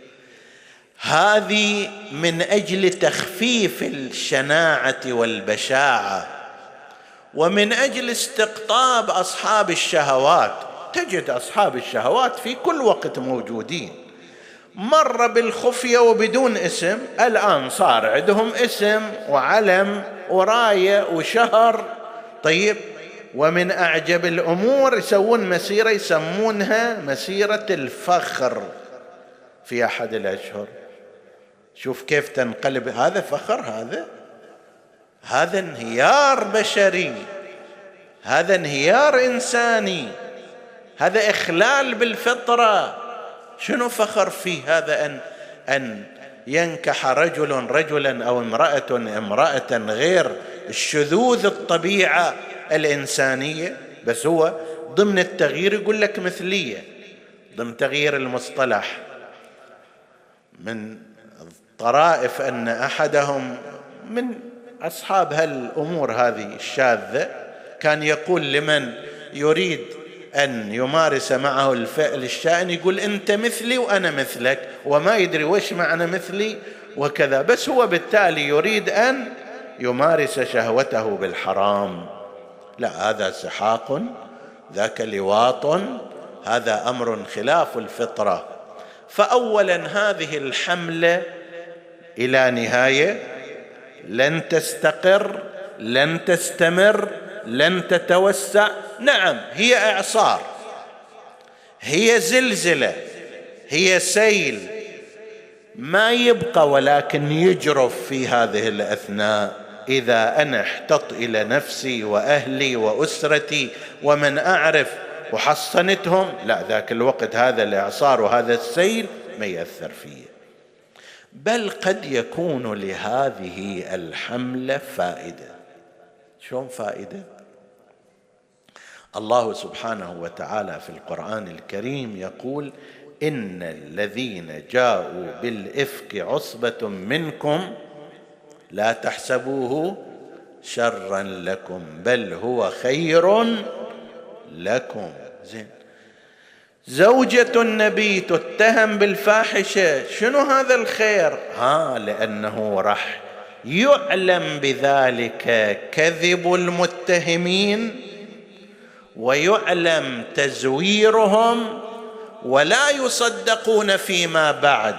هذه من أجل تخفيف الشناعة والبشاعة، ومن أجل استقطاب أصحاب الشهوات. تجد أصحاب الشهوات في كل وقت موجودين، مر بالخفية وبدون اسم، الآن صار عندهم اسم وعلم وراية وشهر. طيب، ومن أعجب الأمور يسوون مسيرة يسمونها مسيرة الفخر في أحد الأشهر. شوف كيف تنقلب، هذا فخر، هذا انهيار بشري، هذا انهيار إنساني، هذا إخلال بالفطرة. شنو فخر فيه هذا أن ينكح رجل رجلا أو امرأة غير الشذوذ الطبيعة الإنسانية؟ بس هو ضمن التغيير يقول لك مثلية، ضمن تغيير المصطلح. من الطرائف أن أحدهم من أصحاب هالأمور هذه الشاذة كان يقول لمن يريد أن يمارس معه الفعل الشائن، يقول أنت مثلي وأنا مثلك، وما يدري وش معنى مثلي وكذا، بس هو بالتالي يريد أن يمارس شهوته بالحرام. لا، هذا سحاق، ذاك لواط، هذا أمر خلاف الفطرة. فأولا هذه الحملة إلى نهاية لن تستقر، لن تستمر، لن تتوسع. نعم، هي إعصار، هي زلزلة، هي سيل، ما يبقى ولكن يجرف في هذه الأثناء. إذا أنا احتط إلى نفسي وأهلي وأسرتي ومن أعرف وحصنتهم، لا، ذاك الوقت هذا الإعصار وهذا السيل ما يأثر فيه. بل قد يكون لهذه الحملة فائدة. شلون فائدة؟ الله سبحانه وتعالى في القرآن الكريم يقول: إن الذين جاءوا بالإفك عصبة منكم لا تحسبوه شرا لكم بل هو خير لكم. زين، زوجة النبي تتهم بالفاحشة، شنو هذا الخير؟ لأنه راح يعلم بذلك كذب المتهمين ويعلم تزويرهم ولا يصدقون فيما بعد،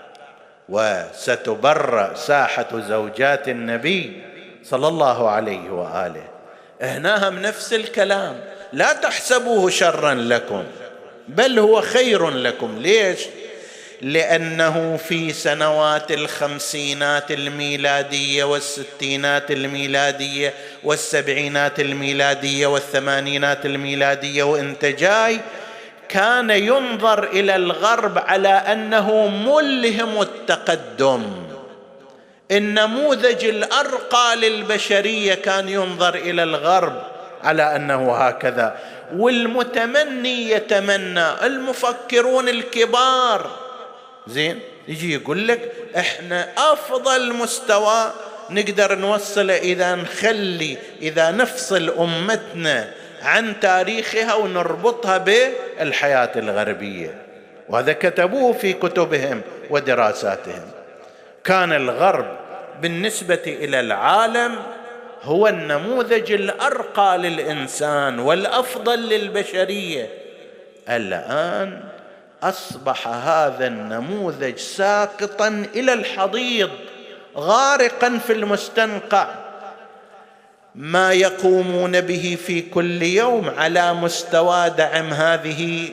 وستبرأ ساحة زوجات النبي صلى الله عليه وآله. هناهم نفس الكلام: لا تحسبوه شرا لكم بل هو خير لكم. ليش؟ لأنه في سنوات الخمسينات الميلادية والستينات الميلادية والسبعينات الميلادية والثمانينات الميلادية وانت جاي، كان ينظر إلى الغرب على أنه ملهم التقدم، النموذج الأرقى للبشرية كان ينظر إلى الغرب على أنه هكذا، والمتمني يتمنى، المفكرون الكبار. زين، يجي يقول لك احنا أفضل مستوى نقدر نوصله إذا نفصل أمتنا عن تاريخها ونربطها بالحياة الغربية. وهذا كتبوه في كتبهم ودراساتهم. كان الغرب بالنسبة إلى العالم هو النموذج الأرقى للإنسان والأفضل للبشرية. الآن أصبح هذا النموذج ساقطا إلى الحضيض، غارقا في المستنقع. ما يقومون به في كل يوم على مستوى دعم هذه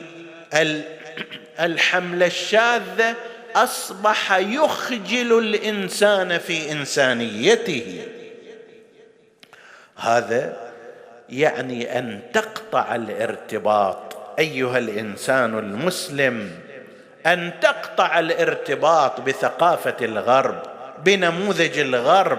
الحملة الشاذة أصبح يخجل الإنسان في إنسانيته. هذا يعني أن تقطع الارتباط أيها الإنسان المسلم، أن تقطع الارتباط بثقافة الغرب، بنموذج الغرب،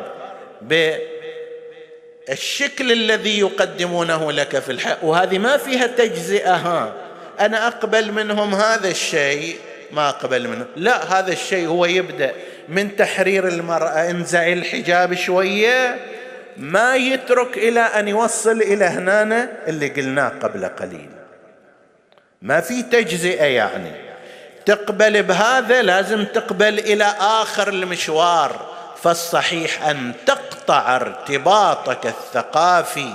بالشكل الذي يقدمونه لك في الحياة. وهذه ما فيها تجزئة، أنا أقبل منهم هذا الشيء، ما أقبل منه، لا، هذا الشيء هو يبدأ من تحرير المرأة، انزعي الحجاب شوية، ما يترك إلى أن يوصل إلى هنا اللي قلناه قبل قليل. ما في تجزئة، يعني تقبل بهذا لازم تقبل إلى آخر المشوار. فالصحيح أن تقطع ارتباطك الثقافي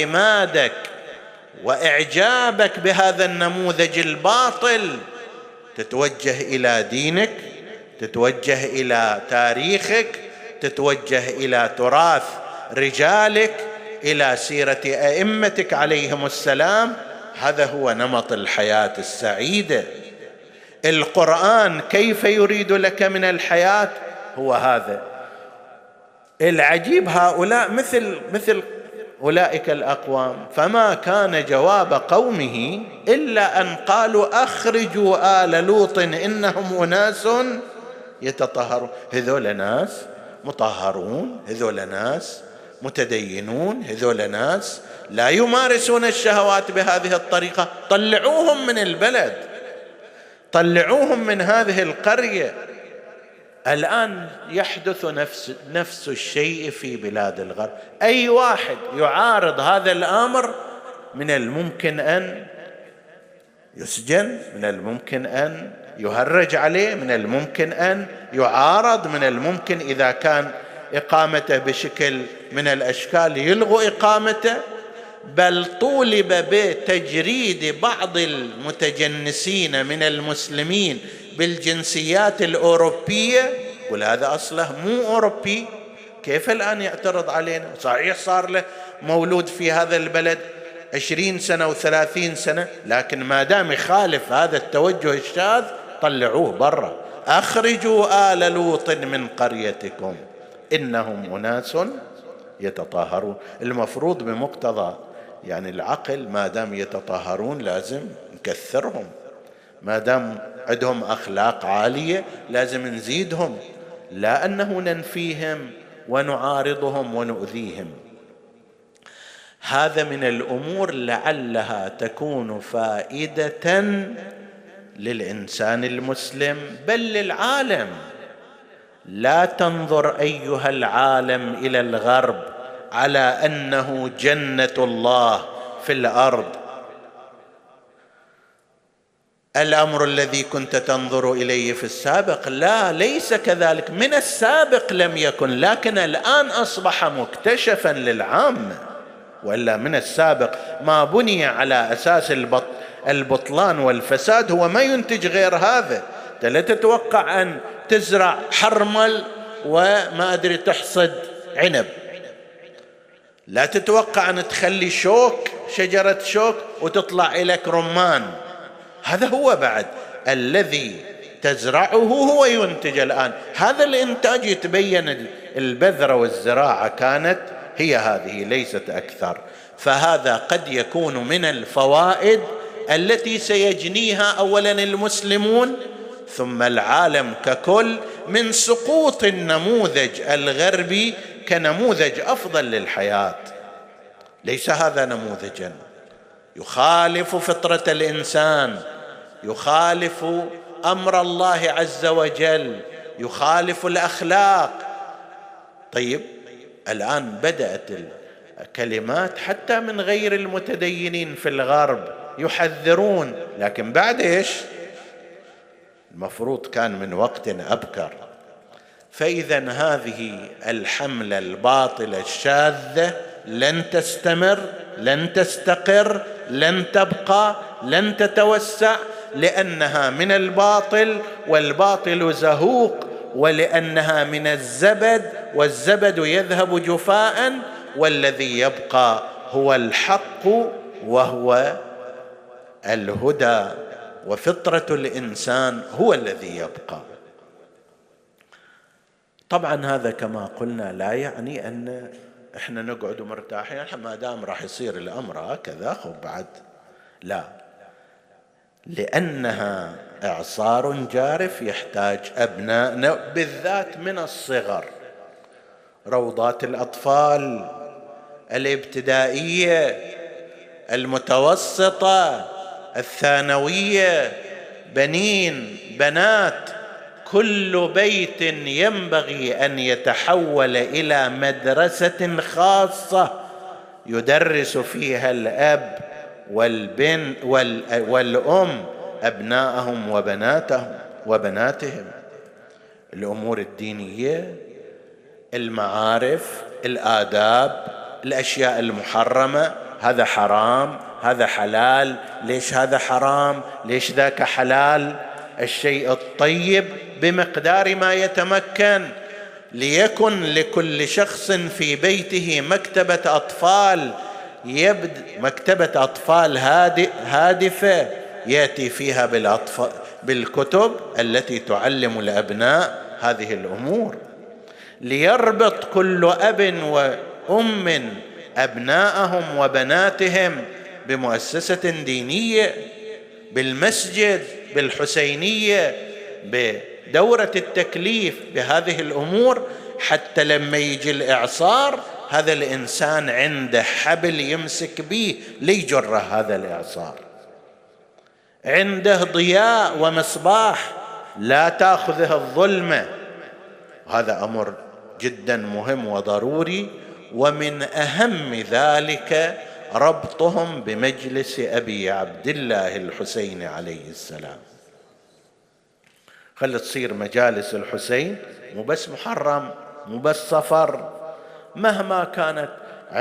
واعتمادك وإعجابك بهذا النموذج الباطل، تتوجه إلى دينك، تتوجه إلى تاريخك، تتوجه إلى تراث رجالك، إلى سيرة أئمتك عليهم السلام. هذا هو نمط الحياة السعيدة. القرآن كيف يريد لك من الحياة؟ هو هذا. العجيب هؤلاء مثل أولئك الأقوام، فما كان جواب قومه إلا أن قالوا أخرجوا آل لوط إنهم أناس يتطهرون. هذول ناس مطهرون، هذول ناس متدينون، هذول ناس لا يمارسون الشهوات بهذه الطريقة، طلعوهم من البلد، طلعوهم من هذه القرية. الآن يحدث نفس الشيء في بلاد الغرب. أي واحد يعارض هذا الأمر من الممكن أن يسجن، من الممكن أن يهرج عليه، من الممكن أن يعارض، من الممكن إذا كان إقامته بشكل من الأشكال يلغوا إقامته. بل طولب بتجريد بعض المتجنسين من المسلمين بالجنسيات الأوروبية. يقول هذا أصله مو أوروبي، كيف الآن يعترض علينا؟ صحيح صار له مولود في هذا البلد 20 سنة و30 سنة، لكن ما دام يخالف هذا التوجه الشاذ طلعوه برا. أخرجوا آل لوط من قريتكم إنهم أناس يتطهرون. المفروض بمقتضى يعني العقل ما دام يتطهرون لازم نكثرهم، ما دام عندهم أخلاق عالية لازم نزيدهم، لا أنه ننفيهم ونعارضهم ونؤذيهم. هذا من الأمور لعلها تكون فائدة للإنسان المسلم بل للعالم. لا تنظر أيها العالم إلى الغرب على أنه جنة الله في الأرض. الأمر الذي كنت تنظر إليه في السابق لا، ليس كذلك. من السابق لم يكن، لكن الآن أصبح مكتشفا للعامة. وإلا من السابق ما بني على أساس البطلان والفساد هو ما ينتج غير هذا. لا تتوقع أن تزرع حرمل وما أدري تحصد عنب، لا تتوقع أن تخلي شجرة شوك وتطلع لك رمان. هذا هو بعد الذي تزرعه هو ينتج الآن. هذا الإنتاج يتبين البذرة والزراعة كانت هي هذه ليست أكثر. فهذا قد يكون من الفوائد التي سيجنيها أولا المسلمون ثم العالم ككل من سقوط النموذج الغربي كنموذج أفضل للحياة. ليس هذا نموذجا يخالف فطرة الإنسان، يخالف أمر الله عز وجل، يخالف الأخلاق. طيب الآن بدأت الكلمات حتى من غير المتدينين في الغرب يحذرون، لكن بعد إيش؟ المفروض كان من وقت أبكر. فإذا هذه الحملة الباطلة الشاذة لن تستمر، لن تستقر، لن تبقى، لن تتوسع، لأنها من الباطل، والباطل زهوق، ولأنها من الزبد، والزبد يذهب جفاء، والذي يبقى هو الحق وهو الهدى، وفطرة الإنسان هو الذي يبقى. طبعا هذا كما قلنا لا يعني أن احنا نقعد مرتاحين ما دام راح يصير الأمر هكذا بعد، لا، لأنها إعصار جارف يحتاج أبنائنا بالذات من الصغر، روضات الأطفال الابتدائية المتوسطة الثانوية، بنين بنات، كل بيت ينبغي أن يتحول إلى مدرسة خاصة يدرس فيها الأب والبن والأم أبناءهم وبناتهم الأمور الدينية، المعارف، الآداب، الأشياء المحرمة، هذا حرام، هذا حلال، ليش هذا حرام، ليش ذاك حلال، الشيء الطيب بمقدار ما يتمكن، ليكن لكل شخص في بيته مكتبة أطفال، مكتبة أطفال هادفة يأتي فيها بالكتب التي تعلم الأبناء هذه الأمور. ليربط كل أب وأم أبناءهم وبناتهم بمؤسسة دينية، بالمسجد، بالحسينية، بدورة التكليف، بهذه الأمور، حتى لما يجي الإعصار هذا الإنسان عنده حبل يمسك به ليجر هذا الإعصار، عنده ضياء ومصباح لا تأخذه الظلمة. هذا أمر جدا مهم وضروري. ومن أهم ذلك ربطهم بمجلس أبي عبد الله الحسين عليه السلام. خلت تصير مجالس الحسين مو بس محرم، مو بس صفر، مهما كانت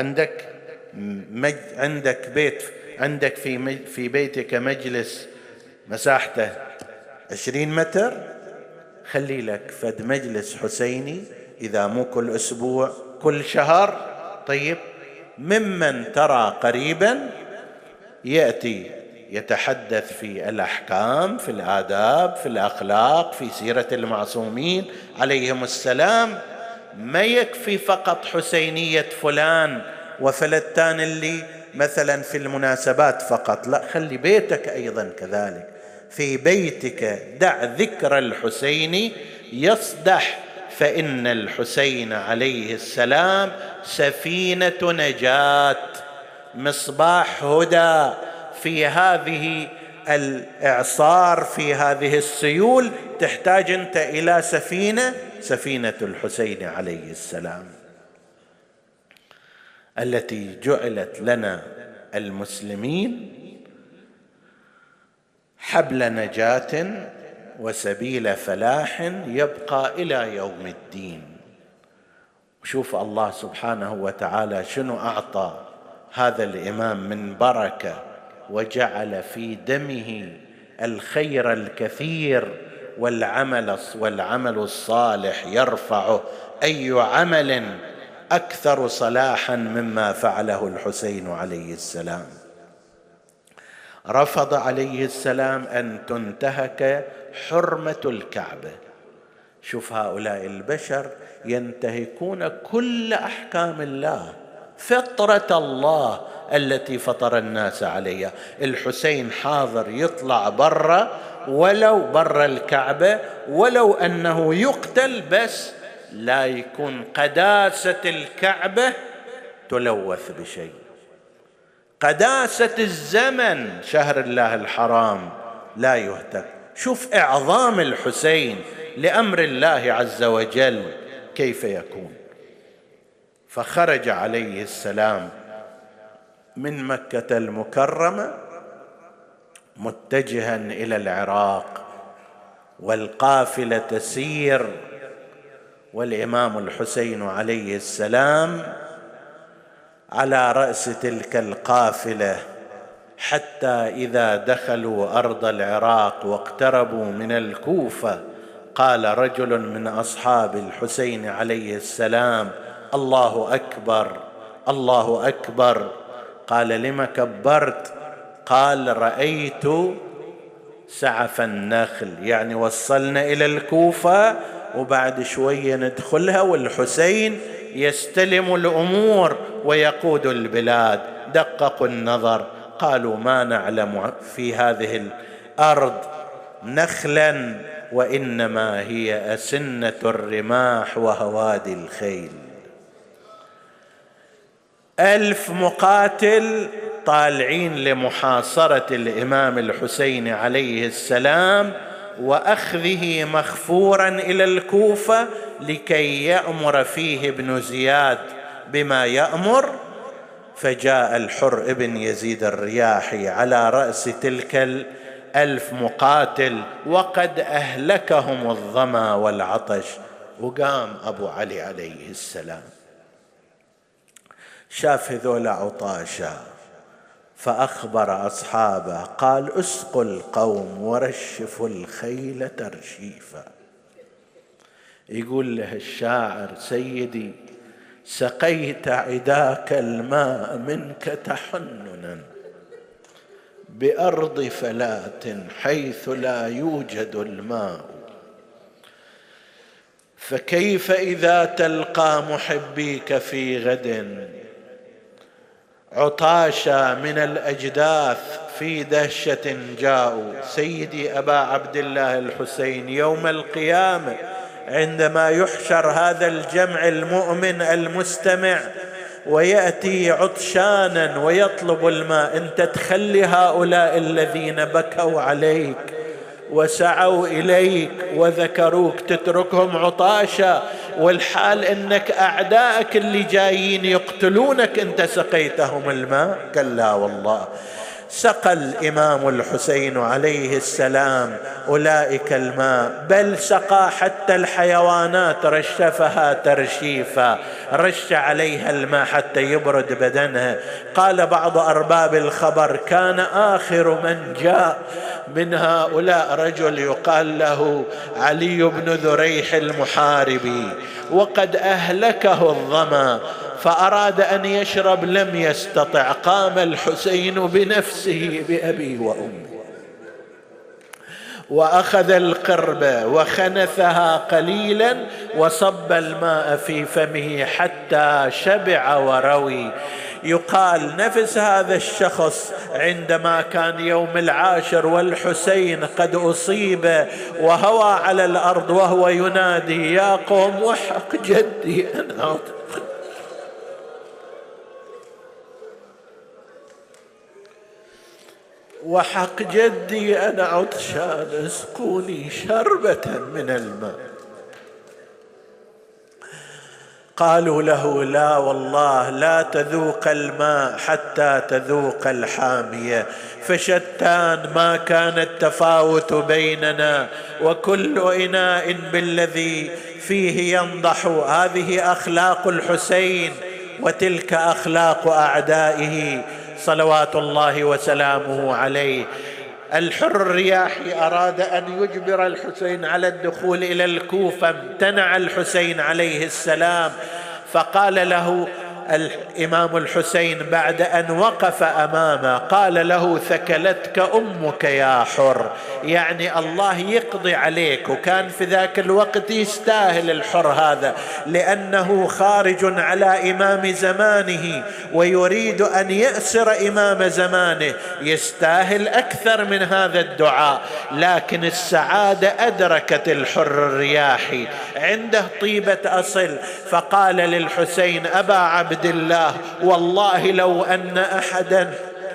عندك بيت، عندك في بيتك مجلس مساحته 20 متر، خلي لك فد مجلس حسيني، إذا مو كل أسبوع كل شهر. طيب، ممن ترى قريبا يأتي يتحدث في الأحكام، في الآداب، في الأخلاق، في سيرة المعصومين عليهم السلام. ما يكفي فقط حسينية فلان وفلتان اللي مثلا في المناسبات فقط، لا، خلي بيتك أيضا كذلك. في بيتك دع ذكر الحسين يصدح، فإن الحسين عليه السلام سفينة نجاة، مصباح هدى في هذه الإعصار، في هذه السيول. تحتاج أنت إلى سفينة الحسين عليه السلام، التي جعلت لنا المسلمين حبل نجاة وسبيل فلاح يبقى إلى يوم الدين. وشوف الله سبحانه وتعالى شنو أعطى هذا الإمام من بركة، وجعل في دمه الخير الكثير والعمل الصالح يرفعه. أي عمل أكثر صلاحا مما فعله الحسين عليه السلام؟ رفض عليه السلام أن تنتهك حرمة الكعبة. شوف هؤلاء البشر ينتهكون كل أحكام الله، فطرة الله التي فطر الناس عليها. الحسين حاضر يطلع برا، ولو برا الكعبة، ولو أنه يقتل، بس لا يكون قداسة الكعبة تلوث بشيء، قداسة الزمن شهر الله الحرام لا يهتك. شوف إعظام الحسين لأمر الله عز وجل كيف يكون. فخرج عليه السلام من مكة المكرمة متجها إلى العراق، والقافلة تسير، والإمام الحسين عليه السلام على رأس تلك القافلة، حتى إذا دخلوا أرض العراق واقتربوا من الكوفة قال رجل من أصحاب الحسين عليه السلام: الله أكبر، الله أكبر. قال: لم كبرت؟ قال: رأيت سعف النخل، يعني وصلنا إلى الكوفة وبعد شوية ندخلها والحسين يستلم الأمور ويقود البلاد. دققوا النظر، قالوا: ما نعلم في هذه الأرض نخلا، وإنما هي أسنة الرماح وهوادي الخيل. 1000 مقاتل طالعين لمحاصرة الإمام الحسين عليه السلام وأخذه مخفورا إلى الكوفة لكي يأمر فيه ابن زياد بما يأمر. فجاء الحر ابن يزيد الرياحي على رأس تلك 1000 مقاتل، وقد أهلكهم الظما والعطش. وقام أبو علي عليه السلام شاف هذول عطاشا، فأخبر أصحابه قال اسقوا القوم ورشفوا الخيل ترشيفا. يقول له الشاعر سيدي سقيت عداك الماء منك تحننا بأرض فلاة حيث لا يوجد الماء، فكيف إذا تلقى محبيك في غد عطاشا من الأجداث في دهشة جاءوا. سيدي أبا عبد الله الحسين يوم القيامة عندما يحشر هذا الجمع المؤمن المستمع ويأتي عطشانا ويطلب الماء، أنت تخلي هؤلاء الذين بكوا عليك وسعوا إليك وذكروك تتركهم عطاشا، والحال أنك أعدائك اللي جايين يقتلونك أنت سقيتهم الماء؟ كلا والله. سقى الإمام الحسين عليه السلام أولئك الماء، بل سقى حتى الحيوانات رشفها ترشيفا، رش عليها الماء حتى يبرد بدنها. قال بعض أرباب الخبر كان آخر من جاء من هؤلاء رجل يقال له علي بن ذريح المحاربي، وقد أهلكه الظمأ فأراد أن يشرب لم يستطع، قام الحسين بنفسه بأبي وأمي وأخذ القربة وخنثها قليلا وصب الماء في فمه حتى شبع وروي. يقال نفس هذا الشخص عندما كان يوم العاشر والحسين قد أصيب وهوى على الأرض وهو ينادي يا قوم وحق جدي أنا وحق جدي أنا عطشان اسقوني شربة من الماء. قالوا له لا والله لا تذوق الماء حتى تذوق الحامية، فشتان ما كان التفاوت بيننا وكل إناء بالذي فيه ينضح. هذه أخلاق الحسين وتلك أخلاق أعدائه صلوات الله وسلامه عليه. الحر الرياحي أراد أن يجبر الحسين على الدخول إلى الكوفة، امتنع الحسين عليه السلام، فقال له الإمام الحسين بعد أن وقف أمامه قال له ثكلتك أمك يا حر، يعني الله يقضي عليك. وكان في ذاك الوقت يستاهل الحر هذا لأنه خارج على إمام زمانه ويريد أن يأسر إمام زمانه، يستاهل أكثر من هذا الدعاء. لكن السعادة أدركت الحر الرياحي، عنده طيبة أصل، فقال للحسين أبا عبد الله والله لو أن أحدا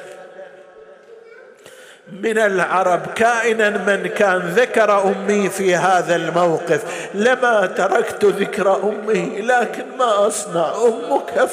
من العرب كائنا من كان ذكر أمي في هذا الموقف لما تركت ذكر أمي، لكن ما أصنع أمك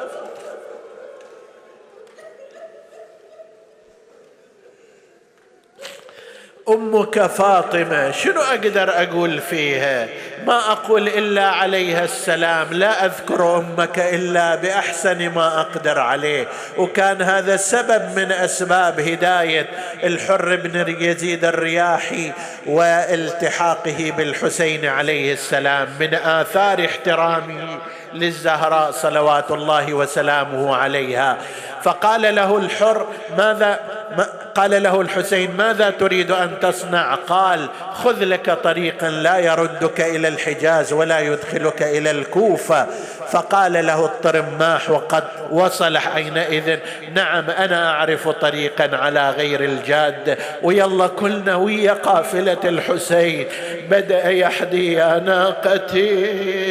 أمك فاطمة شنو أقدر أقول فيها؟ ما أقول إلا عليها السلام، لا أذكر أمك إلا بأحسن ما أقدر عليه. وكان هذا سبب من أسباب هداية الحر بن يزيد الرياحي والتحاقه بالحسين عليه السلام، من آثار احترامه للزهراء صلوات الله وسلامه عليها. فقال له الحر قال له الحسين ماذا تريد أن تصنع؟ قال خذ لك طريقا لا يردك إلى الحجاز ولا يدخلك إلى الكوفة. فقال له الطرماح وقد وصل حينئذ نعم أنا أعرف طريقا على غير الجاد. ويلا كلنا ويا قافلة الحسين بدأ يحدي يا ناقتي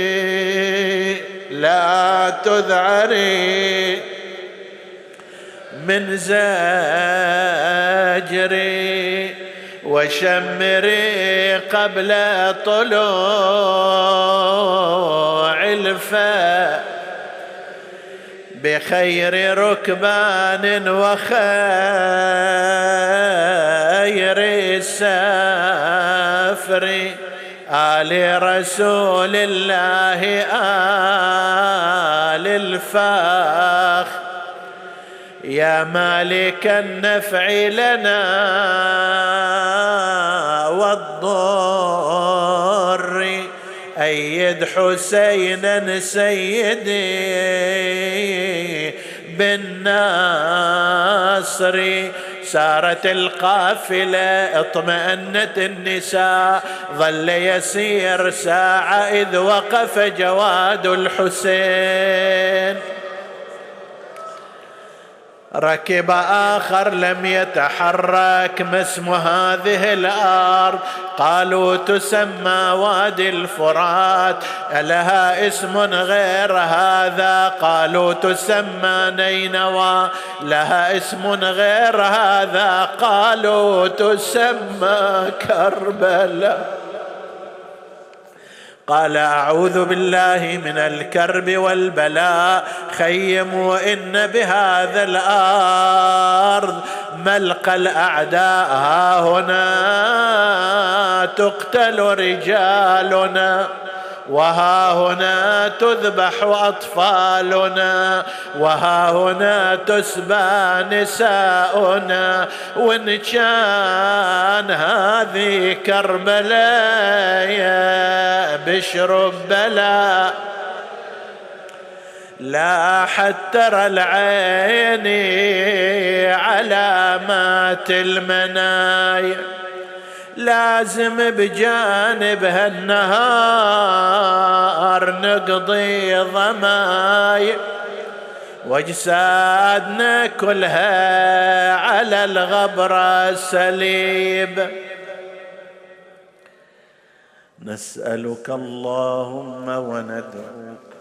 لا تذعري من زاجري وشمري قبل طلوع الفا بخير ركبان وخير السافر آل رسول الله آل الفاخ يا مالك النفع لنا والضر أيد حسينا سيدي بالناصر. سارت القافلة اطمأنت النساء، ظل يسير ساعة إذ وقف جواد الحسين. ركب آخر لم يتحرك، ما اسم هذه الأرض؟ قالوا تسمى وادي الفرات. ألها اسم غير هذا؟ قالوا تسمى نينوى. لها اسم غير هذا؟ قالوا تسمى كربلاء. قال أعوذ بالله من الكرب والبلاء، خيموا إن بهذا الأرض ملقى الأعداء، ها هنا تقتل رجالنا، وها هنا تذبح أطفالنا، وها هنا تسبى نساؤنا. وإن كان هذه كربلاء يا بشر بلاء، لا ترى العين علامات المنايا، لازم بجانبها النهار نقضي ضمايا، واجسادنا كلها على الغبرة سليب. نسألك اللهم وندعوك